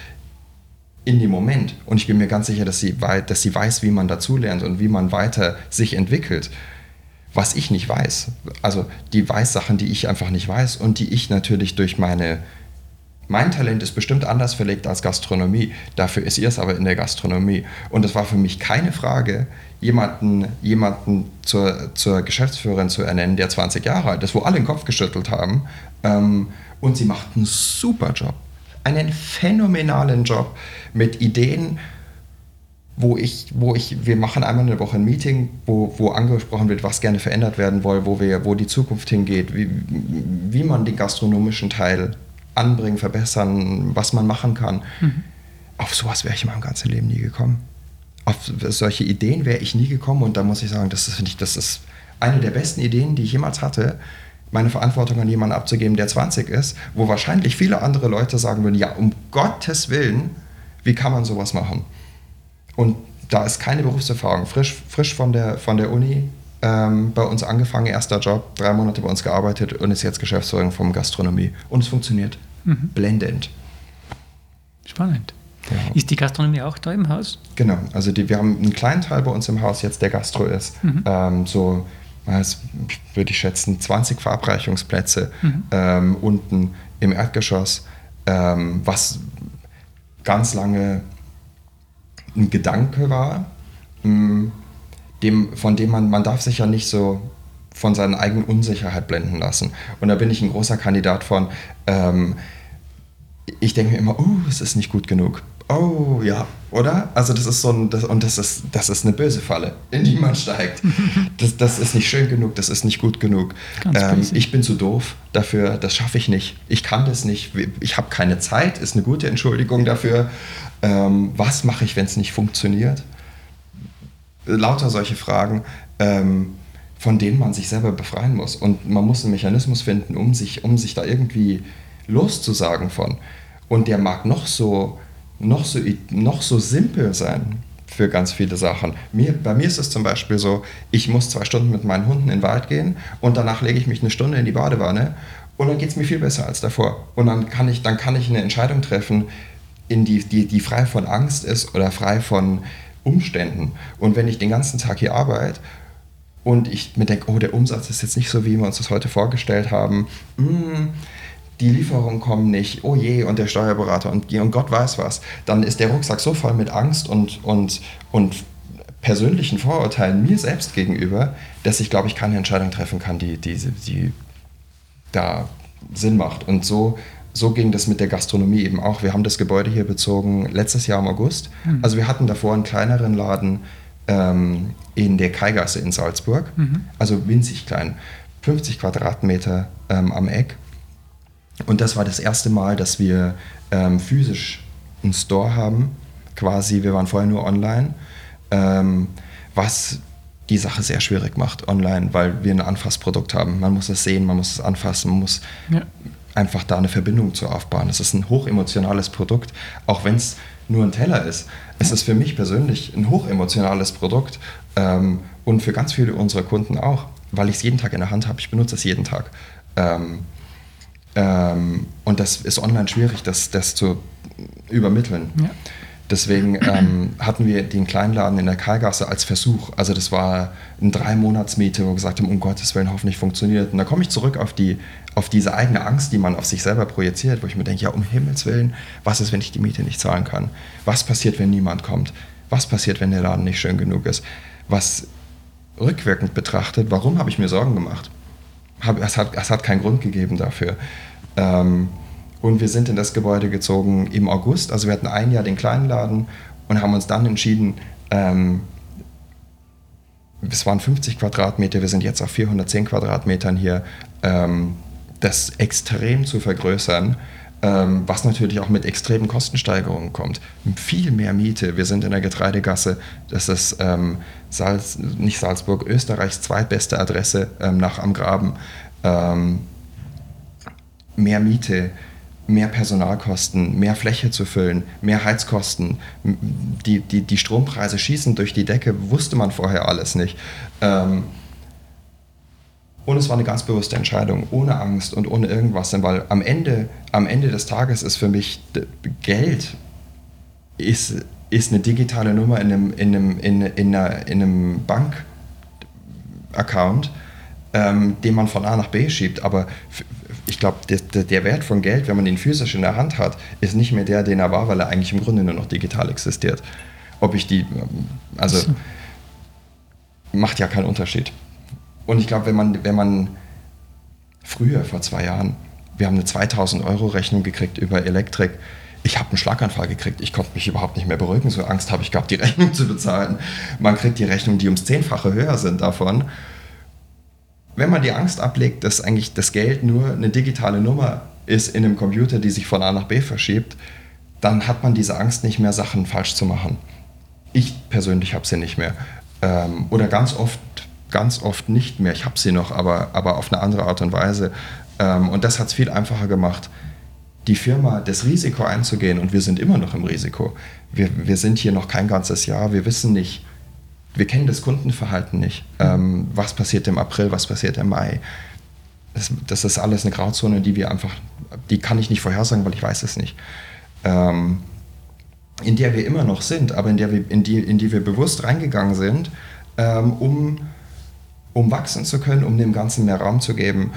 in dem Moment. Und ich bin mir ganz sicher, dass sie, dass sie weiß, wie man dazulernt und wie man weiter sich entwickelt. Was ich nicht weiß. Also die weiß Sachen, die ich einfach nicht weiß und die ich natürlich durch meine... Mein Talent ist bestimmt anders verlegt als Gastronomie. Dafür ist ihr es aber in der Gastronomie. Und es war für mich keine Frage, jemanden, jemanden zur, zur Geschäftsführerin zu ernennen, der zwanzig Jahre alt ist, wo alle den Kopf geschüttelt haben. Ähm, und sie macht einen super Job. Einen phänomenalen Job mit Ideen, wo ich, wo ich, wir machen einmal in der Woche ein Meeting, wo, wo angesprochen wird, was gerne verändert werden soll, wo, wir, wo die Zukunft hingeht, wie, wie man den gastronomischen Teil anbringen, verbessern, was man machen kann. Mhm. Auf sowas wäre ich in meinem ganzen Leben nie gekommen. Auf solche Ideen wäre ich nie gekommen und da muss ich sagen, das ist, finde ich, das ist eine der besten Ideen, die ich jemals hatte, meine Verantwortung an jemanden abzugeben, der zwanzig ist, wo wahrscheinlich viele andere Leute sagen würden, ja, um Gottes Willen, wie kann man sowas machen? Und da ist keine Berufserfahrung, frisch, frisch von der, von der Uni, Ähm, bei uns angefangen, erster Job, drei Monate bei uns gearbeitet und ist jetzt Geschäftsführerin von Gastronomie. Und es funktioniert mhm. blendend. Spannend. Ja. Ist die Gastronomie auch da im Haus? Genau, also die, wir haben einen kleinen Teil bei uns im Haus jetzt, der Gastro ist. Mhm. Ähm, so, das würde ich schätzen, zwanzig Verabreichungsplätze mhm. ähm, unten im Erdgeschoss, ähm, was ganz lange ein Gedanke war. Mh, Dem, von dem man, man darf sich ja nicht so von seiner eigenen Unsicherheit blenden lassen. Und da bin ich ein großer Kandidat von, ähm, ich denke mir immer, oh, es ist nicht gut genug. Oh, ja, oder? Also das ist so ein, das, und das ist, das ist eine böse Falle, in die man steigt. Das, das ist nicht schön genug, das ist nicht gut genug. Ähm, ich bin zu doof dafür, das schaffe ich nicht. Ich kann das nicht, ich habe keine Zeit, ist eine gute Entschuldigung dafür. Ähm, was mache ich, wenn es nicht funktioniert? Lauter solche Fragen, ähm, von denen man sich selber befreien muss. Und man muss einen Mechanismus finden, um sich, um sich da irgendwie loszusagen von. Und der mag noch so, noch so, noch so simpel sein für ganz viele Sachen. Mir, bei mir ist es zum Beispiel so, ich muss zwei Stunden mit meinen Hunden in den Wald gehen und danach lege ich mich eine Stunde in die Badewanne und dann geht es mir viel besser als davor. Und dann kann ich, dann kann ich eine Entscheidung treffen, in die, die, die frei von Angst ist oder frei von Umständen. Und wenn ich den ganzen Tag hier arbeite und ich mir denke, oh, der Umsatz ist jetzt nicht so, wie wir uns das heute vorgestellt haben, mm, die Lieferungen kommen nicht, oh je, und der Steuerberater und, und Gott weiß was, dann ist der Rucksack so voll mit Angst und, und, und persönlichen Vorurteilen mir selbst gegenüber, dass ich, glaube ich, keine Entscheidung treffen kann, die, die, die da Sinn macht. Und so, so ging das mit der Gastronomie eben auch. Wir haben das Gebäude hier bezogen letztes Jahr im August. Mhm. Also wir hatten davor einen kleineren Laden ähm, in der Kaigasse in Salzburg, mhm. also winzig klein, fünfzig Quadratmeter ähm, am Eck. Und das war das erste Mal, dass wir ähm, physisch einen Store haben, quasi. Wir waren vorher nur online, ähm, was die Sache sehr schwierig macht online, weil wir ein Anfassprodukt haben. Man muss es sehen, man muss es anfassen, man muss ja. einfach da eine Verbindung zu aufbauen. Das ist ein hochemotionales Produkt, auch wenn es nur ein Teller ist. Es ist für mich persönlich ein hochemotionales Produkt ähm, und für ganz viele unserer Kunden auch, weil ich es jeden Tag in der Hand habe. Ich benutze es jeden Tag. Ähm, ähm, und das ist online schwierig, das, das zu übermitteln. Ja. Deswegen ähm, hatten wir den Kleinladen in der Karlgasse als Versuch. Also das war eine Drei-Monats-Miete, wo wir gesagt haben, um Gottes Willen, hoffentlich funktioniert. Und da komme ich zurück auf, die, auf diese eigene Angst, die man auf sich selber projiziert, wo ich mir denke, ja, um Himmels Willen, was ist, wenn ich die Miete nicht zahlen kann? Was passiert, wenn niemand kommt? Was passiert, wenn der Laden nicht schön genug ist? Was rückwirkend betrachtet, warum habe ich mir Sorgen gemacht? Hab, es, hat, es hat keinen Grund gegeben dafür. Ähm, Und wir sind in das Gebäude gezogen im August. Also wir hatten ein Jahr den kleinen Laden und haben uns dann entschieden, ähm, es waren fünfzig Quadratmeter, wir sind jetzt auf vierhundertzehn Quadratmetern hier, ähm, das extrem zu vergrößern, ähm, was natürlich auch mit extremen Kostensteigerungen kommt. Viel mehr Miete. Wir sind in der Getreidegasse, das ist ähm, Salz, nicht Salzburg, Österreichs zweitbeste Adresse ähm, nach Am Graben. Ähm, mehr Miete, mehr Personalkosten, mehr Fläche zu füllen, mehr Heizkosten, die, die, die Strompreise schießen durch die Decke, wusste man vorher alles nicht. Ähm, und es war eine ganz bewusste Entscheidung, ohne Angst und ohne irgendwas, weil am Ende, am Ende des Tages ist für mich Geld ist, ist eine digitale Nummer in einem, in einem, in, in einer, in einem Bank-Account, ähm, den man von A nach B schiebt, aber ich glaube, der, der Wert von Geld, wenn man ihn physisch in der Hand hat, ist nicht mehr der, den er war, weil er eigentlich im Grunde nur noch digital existiert. Ob ich die, also macht ja keinen Unterschied. Und ich glaube, wenn man, wenn man früher, vor zwei Jahren, wir haben eine zweitausend Euro Rechnung gekriegt über Elektrik, ich habe einen Schlaganfall gekriegt, ich konnte mich überhaupt nicht mehr beruhigen, so Angst habe ich gehabt, die Rechnung zu bezahlen. Man kriegt die Rechnungen, die ums Zehnfache höher sind davon. Wenn man die Angst ablegt, dass eigentlich das Geld nur eine digitale Nummer ist in einem Computer, die sich von A nach B verschiebt, dann hat man diese Angst nicht mehr, Sachen falsch zu machen. Ich persönlich habe sie nicht mehr. Ähm, oder ganz oft, ganz oft nicht mehr. Ich habe sie noch, aber, aber auf eine andere Art und Weise. Ähm, und das hat es viel einfacher gemacht, die Firma das Risiko einzugehen. Und wir sind immer noch im Risiko. Wir, wir sind hier noch kein ganzes Jahr. Wir wissen nicht, wir kennen das Kundenverhalten nicht. Ähm, was passiert im April, was passiert im Mai? Das, das ist alles eine Grauzone, die wir einfach, die kann ich nicht vorhersagen, weil ich weiß es nicht. Ähm, in der wir immer noch sind, aber in, der wir, in, die, in die wir bewusst reingegangen sind, ähm, um, um wachsen zu können, um dem Ganzen mehr Raum zu geben,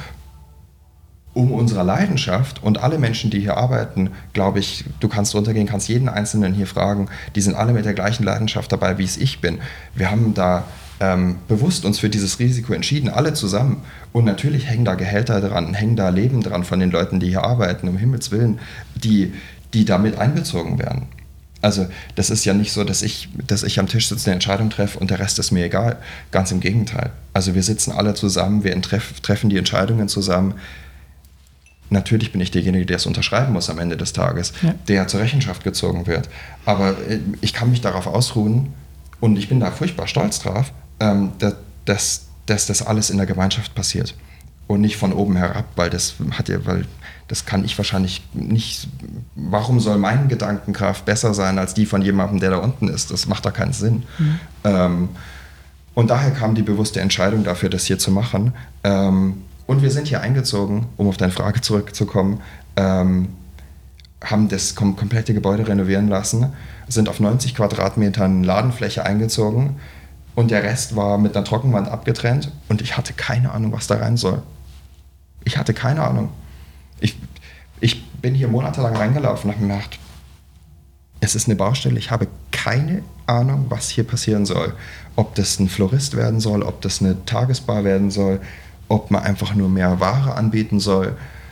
um unserer Leidenschaft und alle Menschen, die hier arbeiten, glaube ich, du kannst runtergehen, kannst jeden Einzelnen hier fragen, die sind alle mit der gleichen Leidenschaft dabei, wie es ich bin. Wir haben da ähm, bewusst uns für dieses Risiko entschieden, alle zusammen. Und natürlich hängen da Gehälter dran, hängen da Leben dran von den Leuten, die hier arbeiten, um Himmels Willen, die, die damit einbezogen werden. Also das ist ja nicht so, dass ich, dass ich am Tisch sitze, eine Entscheidung treffe und der Rest ist mir egal. Ganz im Gegenteil. Also wir sitzen alle zusammen, wir treff, treffen die Entscheidungen zusammen. Natürlich bin ich derjenige, der es unterschreiben muss am Ende des Tages, ja. der zur Rechenschaft gezogen wird. Aber ich kann mich darauf ausruhen und ich bin da furchtbar stolz drauf, dass, dass, dass das alles in der Gemeinschaft passiert. und nicht von oben herab, weil das hat ja, weil das kann ich wahrscheinlich nicht. Warum soll meine Gedankenkraft besser sein als die von jemandem, der da unten ist? Das macht da keinen Sinn. Mhm. Ähm, und daher kam die bewusste Entscheidung dafür, das hier zu machen. Ähm, und wir sind hier eingezogen, um auf deine Frage zurückzukommen, ähm, haben das kom- komplette Gebäude renovieren lassen, sind auf neunzig Quadratmetern Ladenfläche eingezogen und der Rest war mit einer Trockenwand abgetrennt und ich hatte keine Ahnung, was da rein soll. Ich hatte keine Ahnung. Ich, ich bin hier monatelang reingelaufen und habe mir gedacht, es ist eine Baustelle, ich habe keine Ahnung, was hier passieren soll. Ob das ein Florist werden soll, ob das eine Tagesbar werden soll, ob man einfach nur mehr Ware anbieten soll.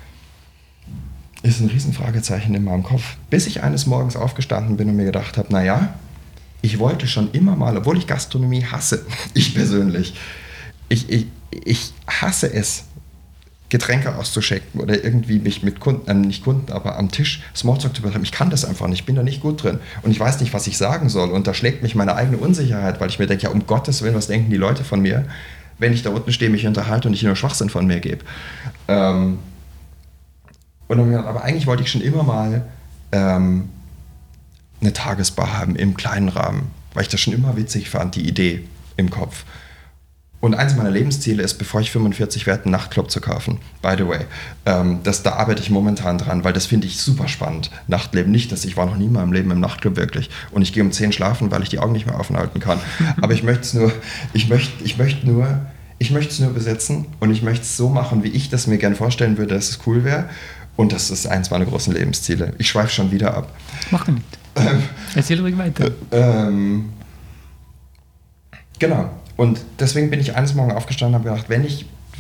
Ist ein Riesenfragezeichen in meinem Kopf. Bis ich eines Morgens aufgestanden bin und mir gedacht habe, naja, ich wollte schon immer mal, obwohl ich Gastronomie hasse, ich persönlich, ich, ich, ich hasse es, Getränke auszuschenken oder irgendwie mich mit Kunden, äh, nicht Kunden, aber am Tisch Smalltalk zu betreiben. Ich kann das einfach nicht, ich bin da nicht gut drin und ich weiß nicht, was ich sagen soll und da schlägt mich meine eigene Unsicherheit, weil ich mir denke, ja, um Gottes Willen, was denken die Leute von mir, wenn ich da unten stehe, mich unterhalte und ich nur Schwachsinn von mir gebe. Ähm, und dann, aber eigentlich wollte ich schon immer mal ähm, eine Tagesbar haben im kleinen Rahmen, weil ich das schon immer witzig fand, die Idee im Kopf. Und eins meiner Lebensziele ist, bevor ich fünfundvierzig werde, einen Nachtclub zu kaufen. By the way. Ähm, das, da arbeite ich momentan dran, weil das finde ich super spannend. Nachtleben nicht, dass ich war noch nie in meinem Leben im Nachtclub wirklich. Und ich gehe um zehn schlafen, weil ich die Augen nicht mehr offen halten kann. Aber ich möchte es nur, ich möchte, ich möchte nur, ich möchte es nur besitzen und ich möchte es so machen, wie ich das mir gerne vorstellen würde, dass es cool wäre. Und das ist eins meiner großen Lebensziele. Ich schweife schon wieder ab. Mach nicht. Ähm, Erzähl ruhig weiter. Ähm, genau. Und deswegen bin ich eines Morgens aufgestanden und habe gedacht, wenn ich,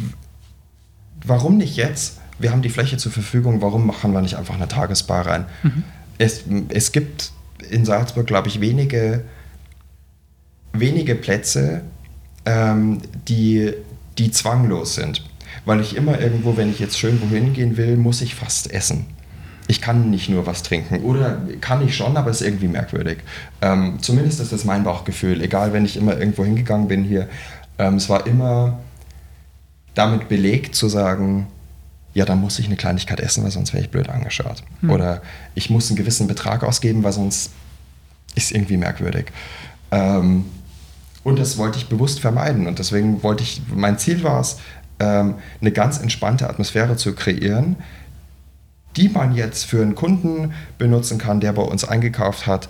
warum nicht jetzt? Wir haben die Fläche zur Verfügung, warum machen wir nicht einfach eine Tagesbar rein? Mhm. Es, es gibt in Salzburg, glaube ich, wenige, wenige Plätze, ähm, die, die zwanglos sind. Weil ich immer irgendwo, wenn ich jetzt schön wohin gehen will, muss ich fast essen. Ich kann nicht nur was trinken. Oder kann ich schon, aber es ist irgendwie merkwürdig. Ähm, zumindest ist das mein Bauchgefühl. Egal, wenn ich immer irgendwo hingegangen bin hier. Ähm, es war immer damit belegt zu sagen, ja, dann muss ich eine Kleinigkeit essen, weil sonst wäre ich blöd angeschaut. Hm. Oder ich muss einen gewissen Betrag ausgeben, weil sonst ist es irgendwie merkwürdig. Ähm, und das wollte ich bewusst vermeiden. Und deswegen wollte ich, mein Ziel war es, ähm, eine ganz entspannte Atmosphäre zu kreieren, die man jetzt für einen Kunden benutzen kann, der bei uns eingekauft hat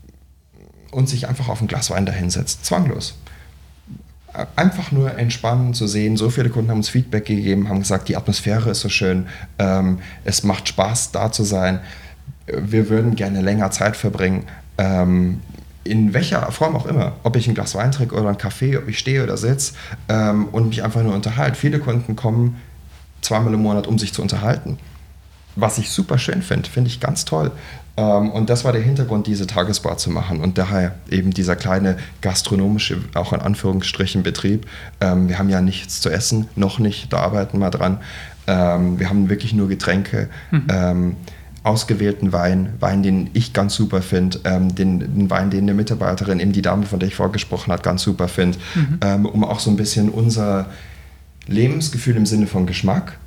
und sich einfach auf ein Glas Wein dahinsetzt. Zwanglos. Einfach nur entspannen zu sehen. So viele Kunden haben uns Feedback gegeben, haben gesagt, die Atmosphäre ist so schön, ähm, es macht Spaß, da zu sein. Wir würden gerne länger Zeit verbringen. Ähm, in welcher Form auch immer. Ob ich ein Glas Wein trinke oder einen Kaffee, ob ich stehe oder sitze ähm, und mich einfach nur unterhalte. Viele Kunden kommen zweimal im Monat, um sich zu unterhalten. Was ich super schön finde, finde ich ganz toll. Ähm, und das war der Hintergrund, diese Tagesbar zu machen. Und daher eben dieser kleine gastronomische, auch in Anführungsstrichen, Betrieb. Ähm, wir haben ja nichts zu essen, noch nicht, da arbeiten wir dran. Ähm, wir haben wirklich nur Getränke, mhm. ähm, ausgewählten Wein, Wein, den ich ganz super finde, ähm, den, den Wein, den eine Mitarbeiterin, eben die Dame, von der ich vorgesprochen habe, ganz super findet, mhm. ähm, um auch so ein bisschen unser Lebensgefühl im Sinne von Geschmack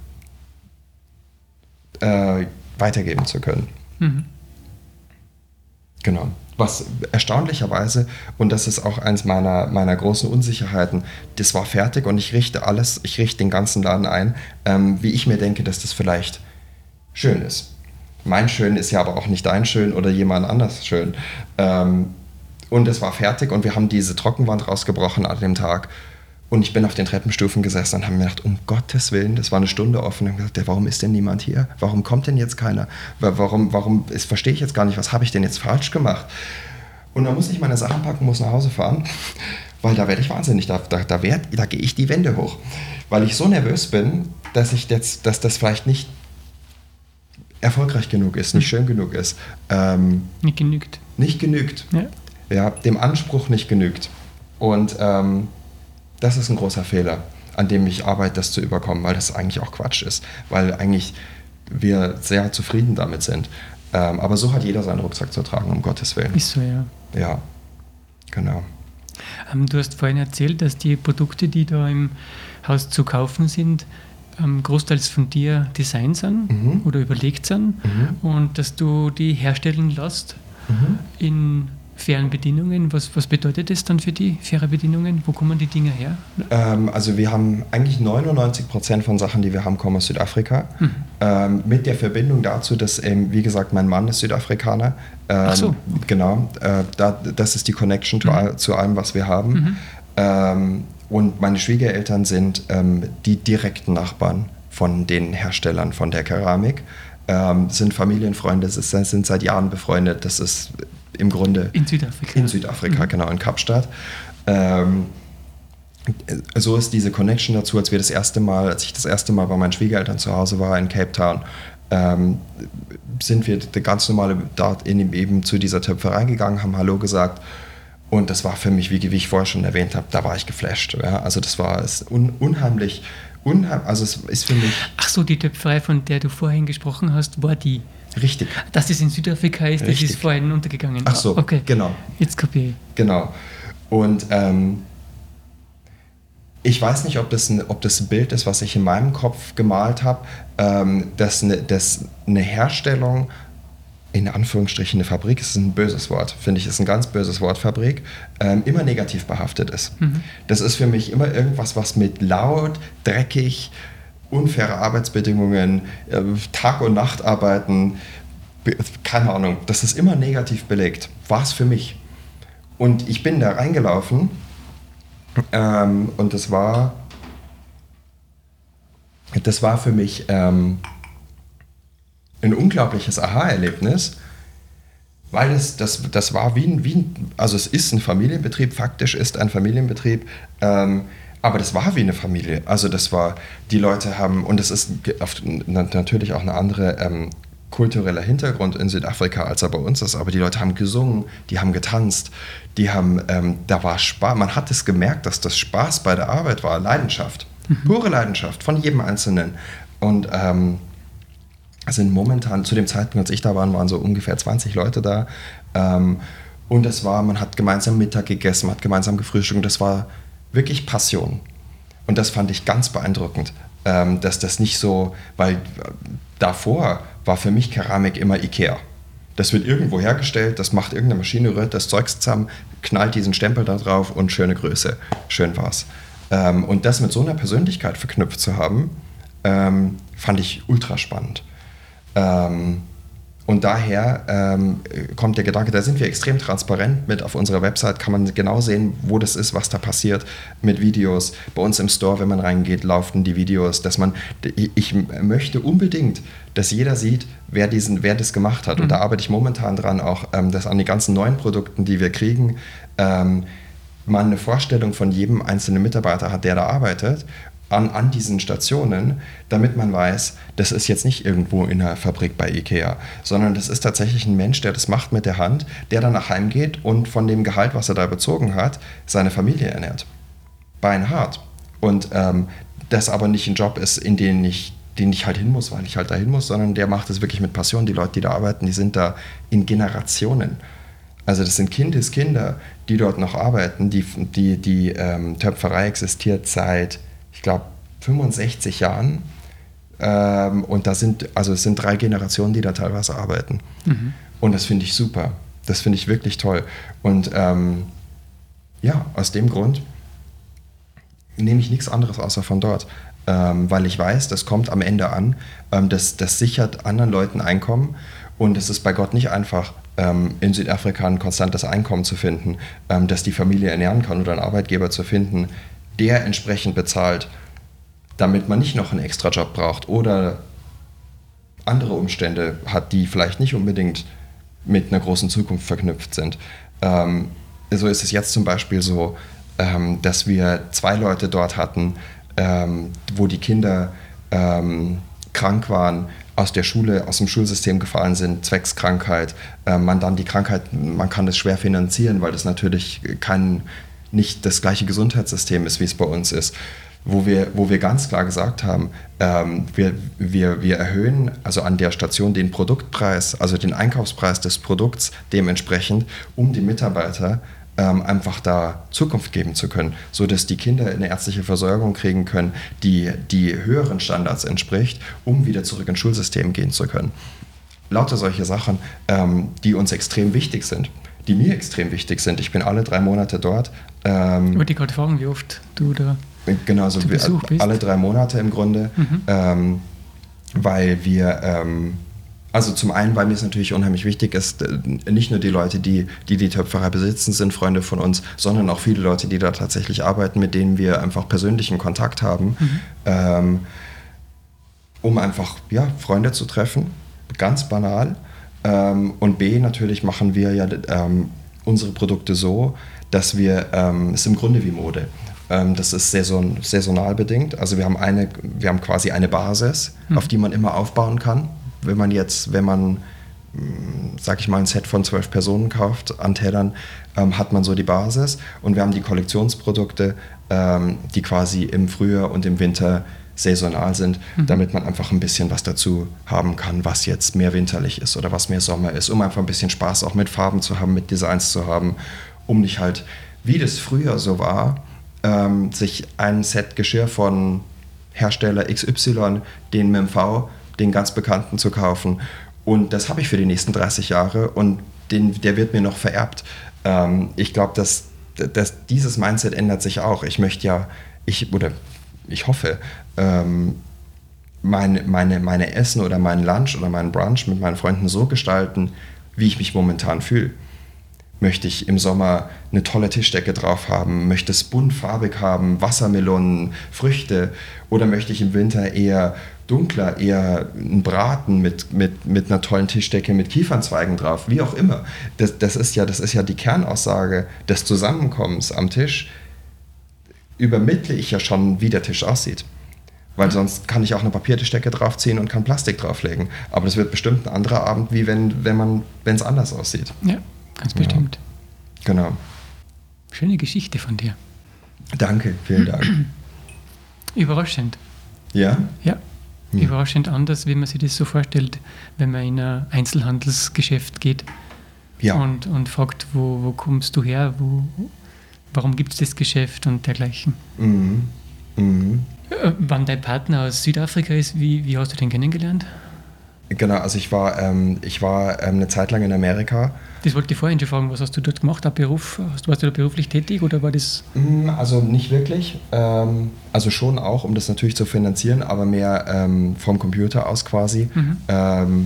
Äh, weitergeben zu können. Mhm. Genau. Was erstaunlicherweise, und das ist auch eins meiner, meiner großen Unsicherheiten, das war fertig und ich richte alles, ich richte den ganzen Laden ein, ähm, wie ich mir denke, dass das vielleicht schön ist. Mein Schön ist ja aber auch nicht dein Schön oder jemand anders schön. Ähm, und es war fertig und wir haben diese Trockenwand rausgebrochen an dem Tag. Und ich bin auf den Treppenstufen gesessen und habe mir gedacht, um Gottes Willen, das war eine Stunde offen. Und gesagt, warum ist denn niemand hier? Warum kommt denn jetzt keiner? Warum, warum, das verstehe ich jetzt gar nicht, was habe ich denn jetzt falsch gemacht? Und dann muss ich meine Sachen packen, muss nach Hause fahren, weil da werde ich wahnsinnig, da, da, da, werd, da gehe ich die Wände hoch. Weil ich so nervös bin, dass, ich jetzt, dass das vielleicht nicht erfolgreich genug ist, nicht schön genug ist. Ähm, nicht genügt. Nicht genügt. Ja. Ja, dem Anspruch nicht genügt. Und ähm, das ist ein großer Fehler, an dem ich arbeite, das zu überkommen, weil das eigentlich auch Quatsch ist, weil eigentlich wir sehr zufrieden damit sind. Ähm, aber so hat jeder seinen Rucksack zu tragen, um Gottes Willen. Ist so, ja. Ja, genau. Ähm, du hast vorhin erzählt, dass die Produkte, die da im Haus zu kaufen sind, ähm, großteils von dir designt sind Mhm. oder überlegt sind Mhm. und dass du die herstellen lässt Mhm. in fairen Bedingungen. Was, was bedeutet das dann für die faire Bedingungen? Wo kommen die Dinge her? Ähm, also wir haben eigentlich neunundneunzig Prozent von Sachen, die wir haben, kommen aus Südafrika. Mhm. Ähm, mit der Verbindung dazu, dass eben, wie gesagt, mein Mann ist Südafrikaner. Ähm, Ach so. Genau, äh, da, das ist die Connection mhm. zu, all, zu allem, was wir haben. Mhm. Ähm, und meine Schwiegereltern sind ähm, die direkten Nachbarn von den Herstellern von der Keramik. Ähm, sind Familienfreunde, das ist, sind seit Jahren befreundet. Das ist im Grunde in Südafrika. In Südafrika, mhm. genau, in Kapstadt. Ähm, so ist diese Connection dazu, als wir das erste Mal, als ich das erste Mal bei meinen Schwiegereltern zu Hause war in Cape Town, ähm, sind wir ganz normal dort in, eben zu dieser Töpferei gegangen, haben Hallo gesagt. Und das war für mich, wie, wie ich vorher schon erwähnt habe, da war ich geflasht. Ja? Also das war es un, unheimlich, unheim, also es ist für mich... Ach so, die Töpferei, von der du vorhin gesprochen hast, war die... Richtig. Dass es in Südafrika ist, Richtig. das ist vorhin untergegangen. Ach so, okay. Genau. Jetzt kapiere ich. Genau. Und ähm, ich weiß nicht, ob das, ein, ob das ein Bild ist, was ich in meinem Kopf gemalt habe, ähm, dass, eine, dass eine Herstellung, in Anführungsstrichen eine Fabrik, ist ein böses Wort, finde ich, ist ein ganz böses Wort, Fabrik, ähm, immer negativ behaftet ist. Mhm. Das ist für mich immer irgendwas, was mit laut, dreckig, unfaire Arbeitsbedingungen, äh, Tag- und Nachtarbeiten, keine Ahnung, das ist immer negativ belegt. War es für mich. Und ich bin da reingelaufen ähm, und das war, das war für mich ähm, ein unglaubliches Aha-Erlebnis, weil es, das, das war wie ein, wie ein, also es ist ein Familienbetrieb, faktisch ist ein Familienbetrieb, ähm, aber das war wie eine Familie. Also das war, die Leute haben, und es ist natürlich auch eine andere ähm, kultureller Hintergrund in Südafrika, als er bei uns ist, aber die Leute haben gesungen, die haben getanzt, die haben, ähm, da war Spaß, man hat es gemerkt, dass das Spaß bei der Arbeit war, Leidenschaft, mhm. pure Leidenschaft von jedem Einzelnen. Und ähm, sind momentan, zu dem Zeitpunkt, als ich da war, waren so ungefähr zwanzig Leute da. Ähm, und es war, man hat gemeinsam Mittag gegessen, man hat gemeinsam gefrühstückt und das war wirklich Passion. Und das fand ich ganz beeindruckend, ähm, dass das nicht so, weil davor war für mich Keramik immer Ikea. Das wird irgendwo hergestellt, das macht irgendeine Maschine, rührt das Zeugs zusammen, knallt diesen Stempel da drauf und schöne Größe. Schön war's. Ähm, und das mit so einer Persönlichkeit verknüpft zu haben, ähm, fand ich ultra spannend. Ähm, und daher ähm, kommt der Gedanke, da sind wir extrem transparent mit. Auf unserer Website kann man genau sehen, wo das ist, was da passiert mit Videos. Bei uns im Store, wenn man reingeht, laufen die Videos, dass man, ich möchte unbedingt, dass jeder sieht, wer, diesen, wer das gemacht hat. Mhm. Und da arbeite ich momentan dran, auch ähm, dass an die ganzen neuen Produkten, die wir kriegen, ähm, man eine Vorstellung von jedem einzelnen Mitarbeiter hat, der da arbeitet, An, an diesen Stationen, damit man weiß, das ist jetzt nicht irgendwo in einer Fabrik bei Ikea, sondern das ist tatsächlich ein Mensch, der das macht mit der Hand, der dann nach Heim geht und von dem Gehalt, was er da bezogen hat, seine Familie ernährt. Beinhart. Und ähm, das aber nicht ein Job ist, in den ich, den ich halt hin muss, weil ich halt da hin muss, sondern der macht es wirklich mit Passion. Die Leute, die da arbeiten, die sind da in Generationen. Also das sind Kindeskinder, die dort noch arbeiten. Die, die, die ähm, Töpferei existiert seit ich glaube, fünfundsechzig Jahren. Ähm, und da sind, also es sind drei Generationen, die da teilweise arbeiten. Mhm. Und das finde ich super. Das finde ich wirklich toll. Und ähm, ja, aus dem Grund nehme ich nichts anderes außer von dort. Ähm, weil ich weiß, das kommt am Ende an. Ähm, das, das sichert anderen Leuten Einkommen. Und es ist bei Gott nicht einfach, ähm, in Südafrika ein konstantes Einkommen zu finden, ähm, das die Familie ernähren kann oder einen Arbeitgeber zu finden, der entsprechend bezahlt, damit man nicht noch einen Extrajob braucht oder andere Umstände hat, die vielleicht nicht unbedingt mit einer großen Zukunft verknüpft sind. Ähm, so ist es jetzt zum Beispiel so, ähm, dass wir zwei Leute dort hatten, ähm, wo die Kinder ähm, krank waren, aus der Schule, aus dem Schulsystem gefallen sind, zwecks Krankheit. Äh, man dann die Krankheit, man kann das schwer finanzieren, weil das natürlich kein nicht das gleiche Gesundheitssystem ist, wie es bei uns ist, wo wir, wo wir ganz klar gesagt haben, ähm, wir, wir, wir erhöhen also an der Station den Produktpreis, also den Einkaufspreis des Produkts dementsprechend, um die Mitarbeiter ähm, einfach da Zukunft geben zu können, sodass die Kinder eine ärztliche Versorgung kriegen können, die, die höheren Standards entspricht, um wieder zurück ins Schulsystem gehen zu können. Lauter solche Sachen, ähm, die uns extrem wichtig sind, die mir extrem wichtig sind. Ich bin alle drei Monate dort. Ähm, ich wollte gerade fragen, wie oft du da genau, also zu Besuch bist. Alle drei Monate im Grunde, Mhm. ähm, weil wir, ähm, also zum einen, weil mir es natürlich unheimlich wichtig ist, nicht nur die Leute, die die, die Töpferei besitzen, sind Freunde von uns, sondern auch viele Leute, die da tatsächlich arbeiten, mit denen wir einfach persönlichen Kontakt haben, mhm. ähm, um einfach ja, Freunde zu treffen, ganz banal. Ähm, und B, natürlich machen wir ja ähm, unsere Produkte so, dass wir, ähm, es ist im Grunde wie Mode. Ähm, das ist saison, saisonal bedingt. Also wir haben eine, wir haben quasi eine Basis, mhm. auf die man immer aufbauen kann. Wenn man jetzt, wenn man, sag ich mal, ein Set von zwölf Personen kauft an Tellern, ähm, hat man so die Basis. Und wir haben die Kollektionsprodukte, ähm, die quasi im Frühjahr und im Winter saisonal sind, mhm. damit man einfach ein bisschen was dazu haben kann, was jetzt mehr winterlich ist oder was mehr Sommer ist, um einfach ein bisschen Spaß auch mit Farben zu haben, mit Designs zu haben, um nicht halt, wie das früher so war, ähm, sich ein Set Geschirr von Hersteller X Y, den M M V, den ganz bekannten zu kaufen. Und das habe ich für die nächsten dreißig Jahre und den, der wird mir noch vererbt. Ähm, ich glaube, dass, dass dieses Mindset ändert sich auch. Ich möchte ja, ich, oder ich hoffe, ähm, meine, meine, meine Essen oder meinen Lunch oder meinen Brunch mit meinen Freunden so gestalten, wie ich mich momentan fühle. Möchte ich im Sommer eine tolle Tischdecke drauf haben? Möchte es buntfarbig haben, Wassermelonen, Früchte? Oder möchte ich im Winter eher dunkler, eher einen Braten mit, mit, mit einer tollen Tischdecke mit Kiefernzweigen drauf? Wie auch immer. Das, das, ist ja, das ist ja die Kernaussage des Zusammenkommens am Tisch. Übermittle ich ja schon, wie der Tisch aussieht. Weil sonst kann ich auch eine Papiertischdecke draufziehen und kann Plastik drauflegen. Aber das wird bestimmt ein anderer Abend, wie wenn wenn man, wenn es anders aussieht. Ja, ganz bestimmt. Ja. Genau. Schöne Geschichte von dir. Danke, vielen Dank. Überraschend. Ja? Ja. Hm. Überraschend anders, wie man sich das so vorstellt, wenn man in ein Einzelhandelsgeschäft geht ja. und, und fragt, wo, wo kommst du her, wo, warum gibt es das Geschäft und dergleichen. Mhm. Mhm. Äh, wann dein Partner aus Südafrika ist, wie, wie hast du den kennengelernt? Genau, also ich war, ähm, ich war ähm, eine Zeit lang in Amerika. Das wollte ich vorhin schon fragen, was hast du dort gemacht, Beruf? Warst du da beruflich tätig oder war das? Also nicht wirklich, ähm, also schon auch, um das natürlich zu finanzieren, aber mehr ähm, vom Computer aus quasi. Mhm. Ähm,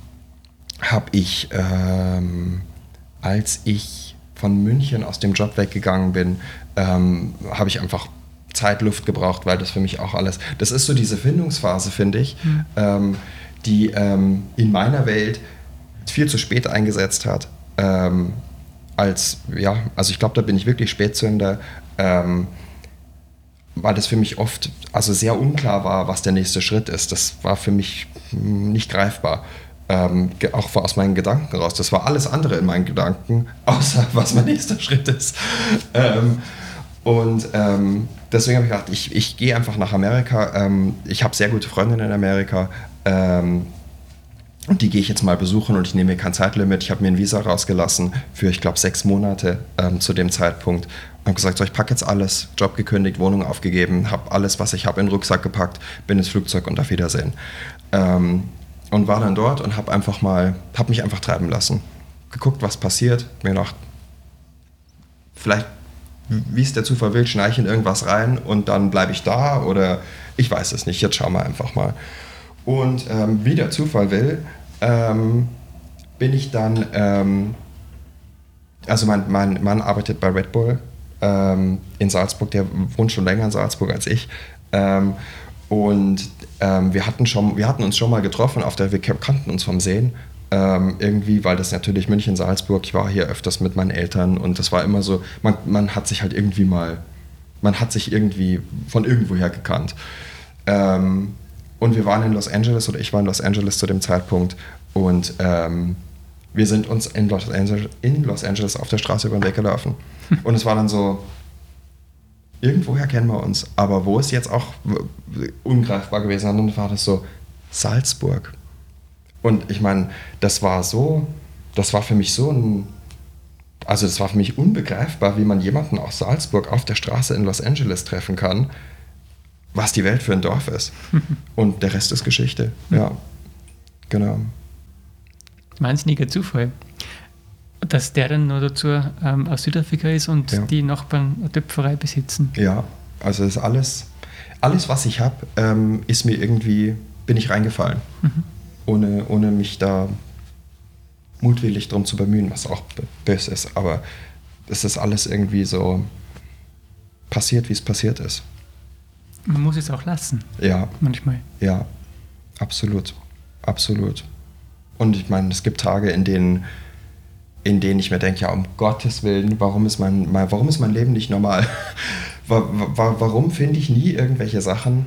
habe ich, ähm, als ich von München aus dem Job weggegangen bin, ähm, habe ich einfach Zeit, Luft gebraucht, weil das für mich auch alles, das ist so diese Findungsphase, finde ich, mhm. ähm, die ähm, in meiner Welt viel zu spät eingesetzt hat. Ähm, als, ja, also ich glaube, da bin ich wirklich Spätzünder, ähm, weil das für mich oft, also sehr unklar war, was der nächste Schritt ist. Das war für mich nicht greifbar. Ähm, auch aus meinen Gedanken raus. Das war alles andere in meinen Gedanken, außer was mein nächster Schritt ist. Ähm, und ähm, deswegen habe ich gedacht, ich, ich gehe einfach nach Amerika. Ähm, ich habe sehr gute Freundinnen in Amerika. Ähm, und die gehe ich jetzt mal besuchen und ich nehme mir kein Zeitlimit. Ich habe mir ein Visa rausgelassen für, ich glaube, sechs Monate ähm, zu dem Zeitpunkt. Und habe gesagt, so, ich packe jetzt alles, Job gekündigt, Wohnung aufgegeben, habe alles, was ich habe, in den Rucksack gepackt, bin ins Flugzeug und auf Wiedersehen. Ähm, und war dann dort und habe einfach mal, habe mich einfach treiben lassen. Geguckt, was passiert, mir gedacht, vielleicht, wie es der Zufall will, schneide ich in irgendwas rein und dann bleibe ich da oder ich weiß es nicht, jetzt schauen wir einfach mal. Und ähm, wie der Zufall will, ähm, bin ich dann, ähm, also mein, mein Mann arbeitet bei Red Bull ähm, in Salzburg, der wohnt schon länger in Salzburg als ich. Ähm, und ähm, wir, hatten schon, wir hatten uns schon mal getroffen, auf der, wir kannten uns vom Sehen. Ähm, irgendwie, weil das natürlich München, Salzburg, ich war hier öfters mit meinen Eltern und das war immer so, man, man hat sich halt irgendwie mal, man hat sich irgendwie von irgendwoher gekannt. Ähm, Und wir waren in Los Angeles, oder ich war in Los Angeles zu dem Zeitpunkt und ähm, wir sind uns in Los, Angeles, in Los Angeles auf der Straße über den Weg gelaufen. Und es war dann so, irgendwoher kennen wir uns, aber wo ist jetzt auch ungreifbar gewesen? Und dann war das so, Salzburg. Und ich meine, das war so, das war für mich so ein, Also das war für mich unbegreifbar, wie man jemanden aus Salzburg auf der Straße in Los Angeles treffen kann, was die Welt für ein Dorf ist. Und der Rest ist Geschichte. Ja, genau. Wahnsinniger Zufall, dass der dann noch dazu ähm, aus Südafrika ist und Ja. die Nachbarn eine Töpferei besitzen. Ja, also das ist alles, alles was ich habe, ähm, ist mir irgendwie, bin ich reingefallen, Mhm. ohne, ohne mich da mutwillig drum zu bemühen, was auch b- böse ist. Aber es ist alles irgendwie so passiert, wie es passiert ist. Man muss es auch lassen, Ja, manchmal. ja, absolut, absolut. Und ich meine, es gibt Tage, in denen, in denen ich mir denke, ja, um Gottes Willen, warum ist mein, mein, warum ist mein Leben nicht normal? Wa- wa- Warum finde ich nie irgendwelche Sachen,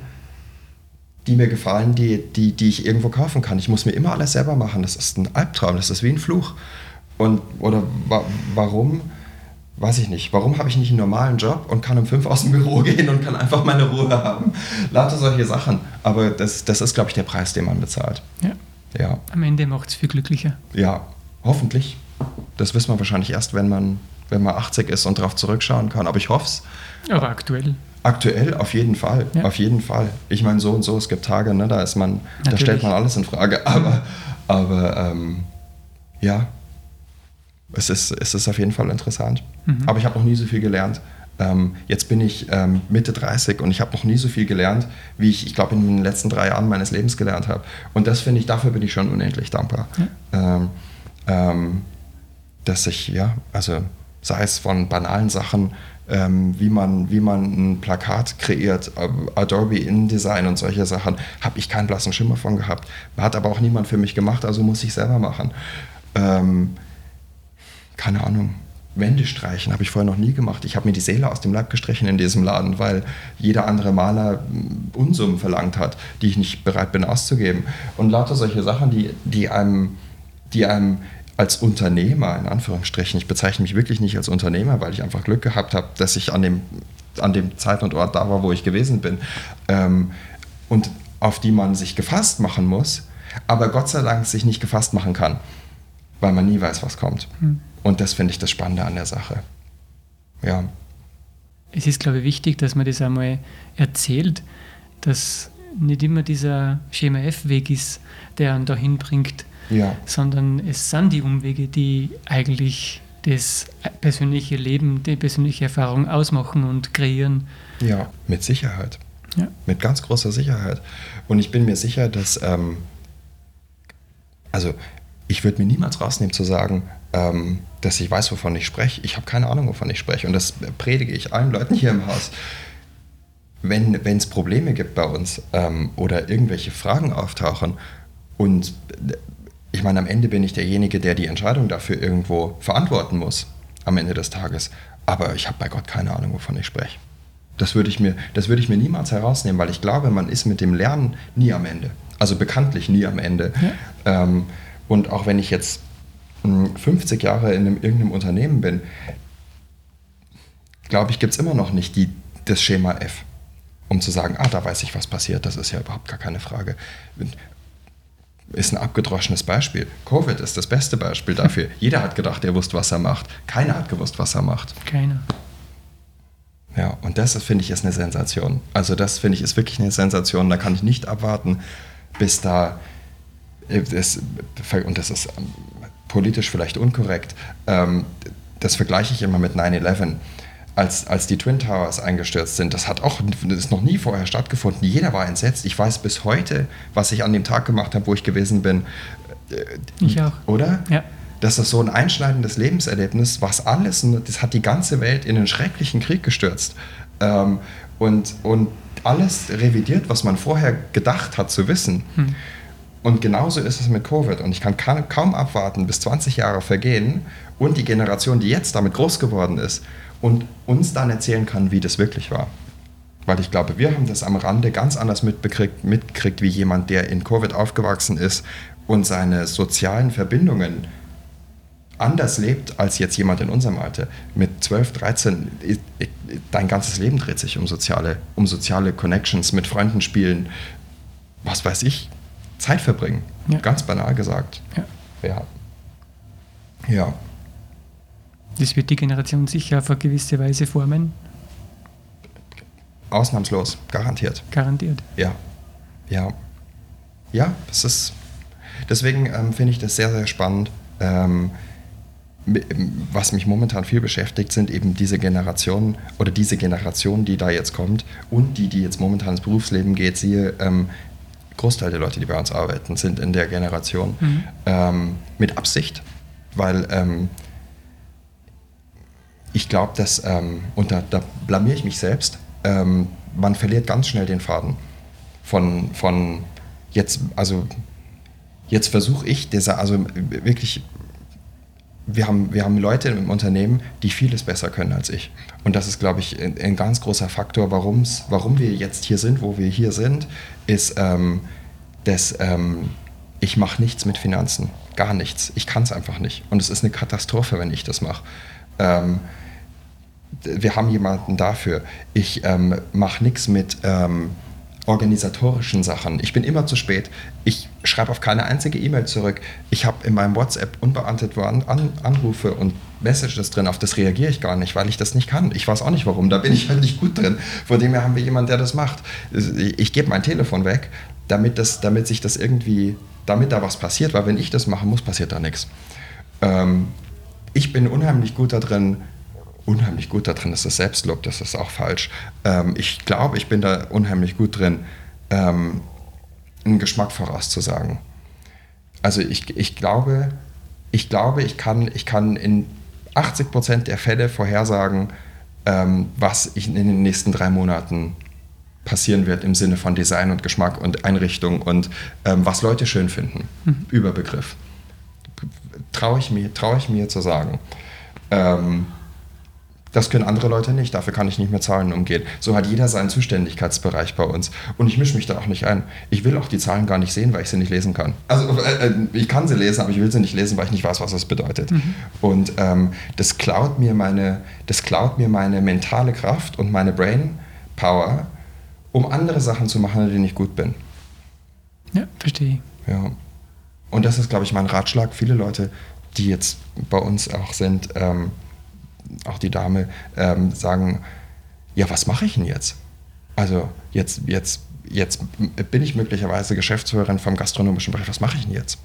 die mir gefallen, die, die, die ich irgendwo kaufen kann? Ich muss mir immer alles selber machen. Das ist ein Albtraum, das ist wie ein Fluch. Und, oder wa warum, weiß ich nicht, warum habe ich nicht einen normalen Job und kann um fünf aus dem Büro gehen und kann einfach meine Ruhe haben? Lauter solche Sachen. Aber das, das ist, glaube ich, der Preis, den man bezahlt. Ja. Ja, Am Ende macht es viel glücklicher. ja, hoffentlich. Das wissen wir wahrscheinlich erst, wenn man, wenn man achtzig ist und darauf zurückschauen kann. Aber ich hoffe es. Aber aktuell. Aktuell auf jeden Fall, Ja. auf jeden Fall. Ich meine, so und so, es gibt Tage, ne, da ist man, da Natürlich. stellt man alles in Frage. Aber, aber ähm, ja, es ist, es ist auf jeden Fall interessant. Mhm. Aber ich habe noch nie so viel gelernt. Ähm, jetzt bin ich ähm, Mitte dreißig und ich habe noch nie so viel gelernt, wie ich, ich glaube, in den letzten drei Jahren meines Lebens gelernt habe. Und das finde ich, dafür bin ich schon unendlich dankbar. Ja. Ähm, ähm, dass ich, ja, also sei es von banalen Sachen, ähm, wie, man, wie man ein Plakat kreiert, äh, Adobe InDesign und solche Sachen, habe ich keinen blassen Schimmer von gehabt. Hat aber auch niemand für mich gemacht, also muss ich selber machen. Ähm, keine Ahnung. Wände streichen habe ich vorher noch nie gemacht. Ich habe mir die Seele aus dem Leib gestrichen in diesem Laden, weil jeder andere Maler mm, Unsummen verlangt hat, die ich nicht bereit bin auszugeben. Und lauter solche Sachen, die, die, einem, die einem als Unternehmer, in Anführungsstrichen, ich bezeichne mich wirklich nicht als Unternehmer, weil ich einfach Glück gehabt habe, dass ich an dem, an dem Zeit und Ort da war, wo ich gewesen bin, ähm, und auf die man sich gefasst machen muss, aber Gott sei Dank sich nicht gefasst machen kann, weil man nie weiß, was kommt. Hm. Und das finde ich das Spannende an der Sache. Ja. Es ist, glaube ich, wichtig, dass man das einmal erzählt, dass nicht immer dieser Schema F-Weg ist, der einen dahin bringt, Ja. sondern es sind die Umwege, die eigentlich das persönliche Leben, die persönliche Erfahrung ausmachen und kreieren. Ja, mit Sicherheit. Ja. Mit ganz großer Sicherheit. Und ich bin mir sicher, dass, ähm, also ich würde mir niemals rausnehmen zu sagen, ähm, dass ich weiß, wovon ich spreche. Ich habe keine Ahnung, wovon ich spreche. Und das predige ich allen Leuten hier im Haus. Wenn es Probleme gibt bei uns ähm, oder irgendwelche Fragen auftauchen und ich meine, am Ende bin ich derjenige, der die Entscheidung dafür irgendwo verantworten muss, am Ende des Tages. Aber ich habe bei Gott keine Ahnung, wovon ich spreche. Das würde ich mir, das würde ich mir niemals herausnehmen, weil ich glaube, man ist mit dem Lernen nie am Ende. Also bekanntlich nie am Ende. Ja. Ähm, und auch wenn ich jetzt mh, fünfzig Jahre in einem, irgendeinem Unternehmen bin, glaube ich, gibt es immer noch nicht die, das Schema F, um zu sagen, ah, da weiß ich, was passiert. Das ist ja überhaupt gar keine Frage. Ist ein abgedroschenes Beispiel. Covid ist das beste Beispiel dafür. Jeder hat gedacht, er wusste, was er macht. Keiner hat gewusst, was er macht. Keiner. Ja, und das, finde ich, ist eine Sensation. Also das, finde ich, ist wirklich eine Sensation. Da kann ich nicht abwarten, bis da, das, und das ist politisch vielleicht unkorrekt, das vergleiche ich immer mit nine eleven. Als, als die Twin Towers eingestürzt sind, das hat auch das ist noch nie vorher stattgefunden. Jeder war entsetzt. Ich weiß bis heute, was ich an dem Tag gemacht habe, wo ich gewesen bin. Ich auch. Oder? Ja. Das ist so ein einschneidendes Lebenserlebnis, was alles, das hat die ganze Welt in einen schrecklichen Krieg gestürzt. Ähm, und, und alles revidiert, was man vorher gedacht hat zu wissen. Hm. Und genauso ist es mit Covid. Und ich kann kaum abwarten, bis zwanzig Jahre vergehen und die Generation, die jetzt damit groß geworden ist, und uns dann erzählen kann, wie das wirklich war. Weil ich glaube, wir haben das am Rande ganz anders mitbekriegt, mitgekriegt wie jemand, der in Covid aufgewachsen ist und seine sozialen Verbindungen anders lebt als jetzt jemand in unserem Alter. Mit zwölf, dreizehn, dein ganzes Leben dreht sich um soziale, um soziale Connections, mit Freunden spielen, was weiß ich, Zeit verbringen. Ja. Ganz banal gesagt. Ja. Ja. Ja. Das wird die Generation sicher auf eine gewisse Weise formen. Ausnahmslos, garantiert. Garantiert. Ja, ja. Ja, das ist, deswegen ähm, finde ich das sehr, sehr spannend. Ähm, was mich momentan viel beschäftigt, sind eben diese Generationen oder diese Generation, die da jetzt kommt und die, die jetzt momentan ins Berufsleben geht. Siehe, ähm, Großteil der Leute, die bei uns arbeiten, sind in der Generation mhm. ähm, mit Absicht, weil ähm, ich glaube, dass, ähm, und da, da blamiere ich mich selbst, ähm, man verliert ganz schnell den Faden von, von jetzt, also jetzt versuche ich, dieser, also wirklich, wir haben, wir haben Leute im Unternehmen, die vieles besser können als ich. Und das ist, glaube ich, ein, ein ganz großer Faktor, warum's, warum wir jetzt hier sind, wo wir hier sind, ist, ähm, dass ähm, ich mache nichts mit Finanzen. Gar nichts. Ich kann es einfach nicht. Und es ist eine Katastrophe, wenn ich das mache. Ähm, wir haben jemanden dafür. Ich ähm, mache nichts mit ähm, organisatorischen Sachen. Ich bin immer zu spät. Ich schreibe auf keine einzige E-Mail zurück. Ich habe in meinem WhatsApp unbeantwortete An- An- Anrufe und Messages drin. Auf das reagiere ich gar nicht, weil ich das nicht kann. Ich weiß auch nicht warum. Da bin ich halt nicht gut drin. Von dem her haben wir jemanden, der das macht. Ich gebe mein Telefon weg, damit, das, damit sich das irgendwie, damit da was passiert. Weil wenn ich das machen muss, passiert da nichts. Ähm, ich bin unheimlich gut da drin, unheimlich gut da drin, das ist Selbstlob, das ist auch falsch. Ähm, ich glaube, ich bin da unheimlich gut drin, ähm, einen Geschmack vorauszusagen. Also ich, ich glaube, ich glaube, ich kann, ich kann in achtzig Prozent der Fälle vorhersagen, ähm, was ich in den nächsten drei Monaten passieren wird im Sinne von Design und Geschmack und Einrichtung und ähm, was Leute schön finden. Mhm. Überbegriff. Traue ich mir, traue ich mir zu sagen. Ähm, Das können andere Leute nicht, dafür kann ich nicht mit Zahlen umgehen. So hat jeder seinen Zuständigkeitsbereich bei uns. Und ich mische mich da auch nicht ein. Ich will auch die Zahlen gar nicht sehen, weil ich sie nicht lesen kann. Also äh, ich kann sie lesen, aber ich will sie nicht lesen, weil ich nicht weiß, was das bedeutet. Mhm. Und ähm, das klaut mir meine, das klaut mir meine mentale Kraft und meine Brain Power, um andere Sachen zu machen, in denen ich gut bin. Ja, verstehe. Ja. Und das ist, glaube ich, mein Ratschlag. Viele Leute, die jetzt bei uns auch sind, ähm, auch die Dame, ähm, sagen, ja, was mache ich denn jetzt? Also jetzt, jetzt, jetzt bin ich möglicherweise Geschäftsführerin vom gastronomischen Bereich, was mache ich denn jetzt?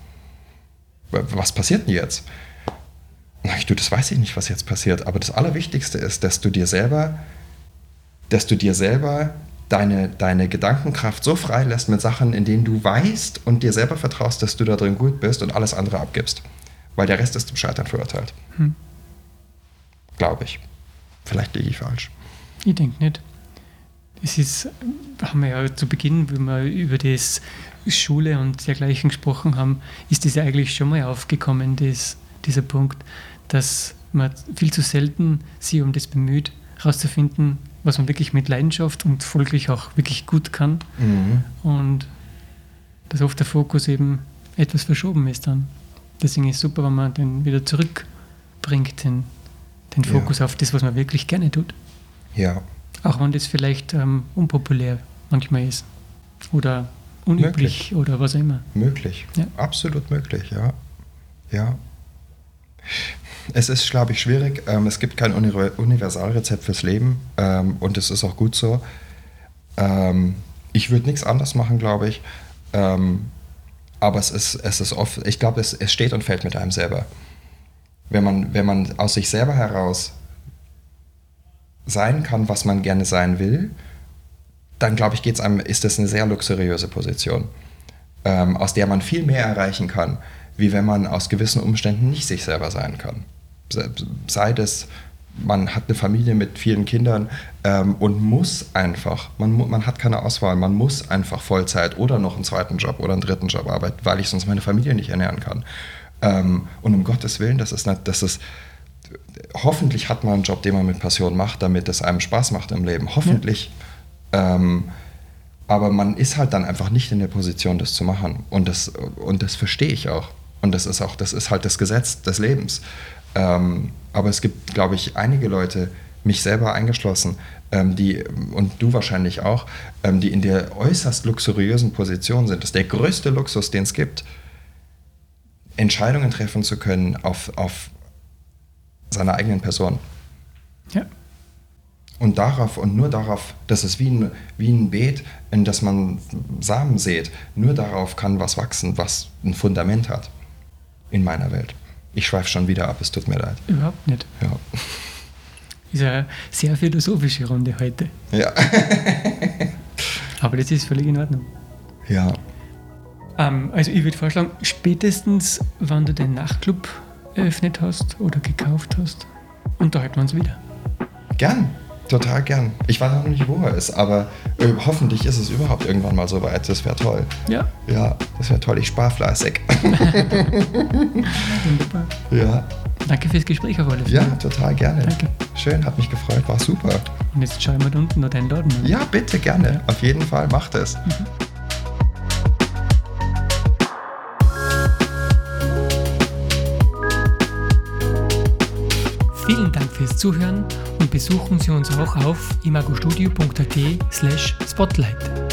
Was passiert denn jetzt? Na, ich, du, das weiß ich nicht, was jetzt passiert, aber das Allerwichtigste ist, dass du dir selber, dass du dir selber deine, deine Gedankenkraft so frei lässt mit Sachen, in denen du weißt und dir selber vertraust, dass du da drin gut bist und alles andere abgibst. Weil der Rest ist zum Scheitern verurteilt. Hm. Glaube ich. Vielleicht liege ich falsch. Ich denke nicht. Es ist, haben wir ja zu Beginn, wenn wir über das Schule und dergleichen gesprochen haben, ist das ja eigentlich schon mal aufgekommen, das, dieser Punkt, dass man viel zu selten sich um das bemüht, herauszufinden, was man wirklich mit Leidenschaft und folglich auch wirklich gut kann. Mhm. Und dass oft der Fokus eben etwas verschoben ist dann. Deswegen ist es super, wenn man den wieder zurückbringt, den, den Fokus ja. auf das, was man wirklich gerne tut. Ja. Auch wenn das vielleicht ähm, unpopulär manchmal ist. Oder unüblich möglich. Oder was auch immer. Möglich. Ja. Absolut möglich, ja. Ja. Es ist, glaube ich, schwierig. Ähm, es gibt kein Universalrezept fürs Leben. Ähm, und es ist auch gut so. Ähm, ich würde nichts anders machen, glaube ich. Ähm, aber es ist, es ist oft, ich glaube, es, es steht und fällt mit einem selber. Wenn man, wenn man aus sich selber heraus sein kann, was man gerne sein will, dann glaube ich, geht's einem, ist das eine sehr luxuriöse Position, ähm, aus der man viel mehr erreichen kann, wie wenn man aus gewissen Umständen nicht sich selber sein kann. Sei das, man hat eine Familie mit vielen Kindern ähm, und muss einfach, man, man hat keine Auswahl, man muss einfach Vollzeit oder noch einen zweiten Job oder einen dritten Job arbeiten, weil ich sonst meine Familie nicht ernähren kann. Ähm, und um Gottes Willen, das ist, nicht, das ist hoffentlich hat man einen Job, den man mit Passion macht, damit es einem Spaß macht im Leben. Hoffentlich. Ja. Ähm, aber man ist halt dann einfach nicht in der Position, das zu machen. Und das, und das verstehe ich auch. Und das ist auch, das ist halt das Gesetz des Lebens. Ähm, aber es gibt, glaube ich, einige Leute, mich selber eingeschlossen, ähm, die, und du wahrscheinlich auch, ähm, die in der äußerst luxuriösen Position sind. Das ist der größte Luxus, den es gibt, Entscheidungen treffen zu können auf, auf seiner eigenen Person. Ja. Und darauf und nur darauf, das ist wie ein, wie ein Beet, in das man Samen sät. Nur darauf kann was wachsen, was ein Fundament hat in meiner Welt. Ich schweife schon wieder ab, es tut mir leid. Überhaupt nicht. Ja. Ist eine sehr philosophische Runde heute. Ja. Aber das ist völlig in Ordnung. Ja. Ähm, also ich würde vorschlagen, spätestens, wenn du den Nachtclub eröffnet hast oder gekauft hast, unterhalten wir uns wieder. Gern. Total gern. Ich weiß noch nicht, wo er ist, aber äh, hoffentlich ist es überhaupt irgendwann mal so weit. Das wäre toll. Ja. Ja, das wäre toll. Ich spare fleißig. Wunderbar. Ja. Danke fürs Gespräch auf alle Fälle. Ja, total gerne. Danke. Schön, hat mich gefreut, war super. Und jetzt schauen wir da unten noch deinen Laden an. Ja, bitte, gerne. Ja. Auf jeden Fall, macht es. Mhm. Vielen Dank fürs Zuhören und besuchen Sie uns auch auf imagostudio punkt at slash spotlight.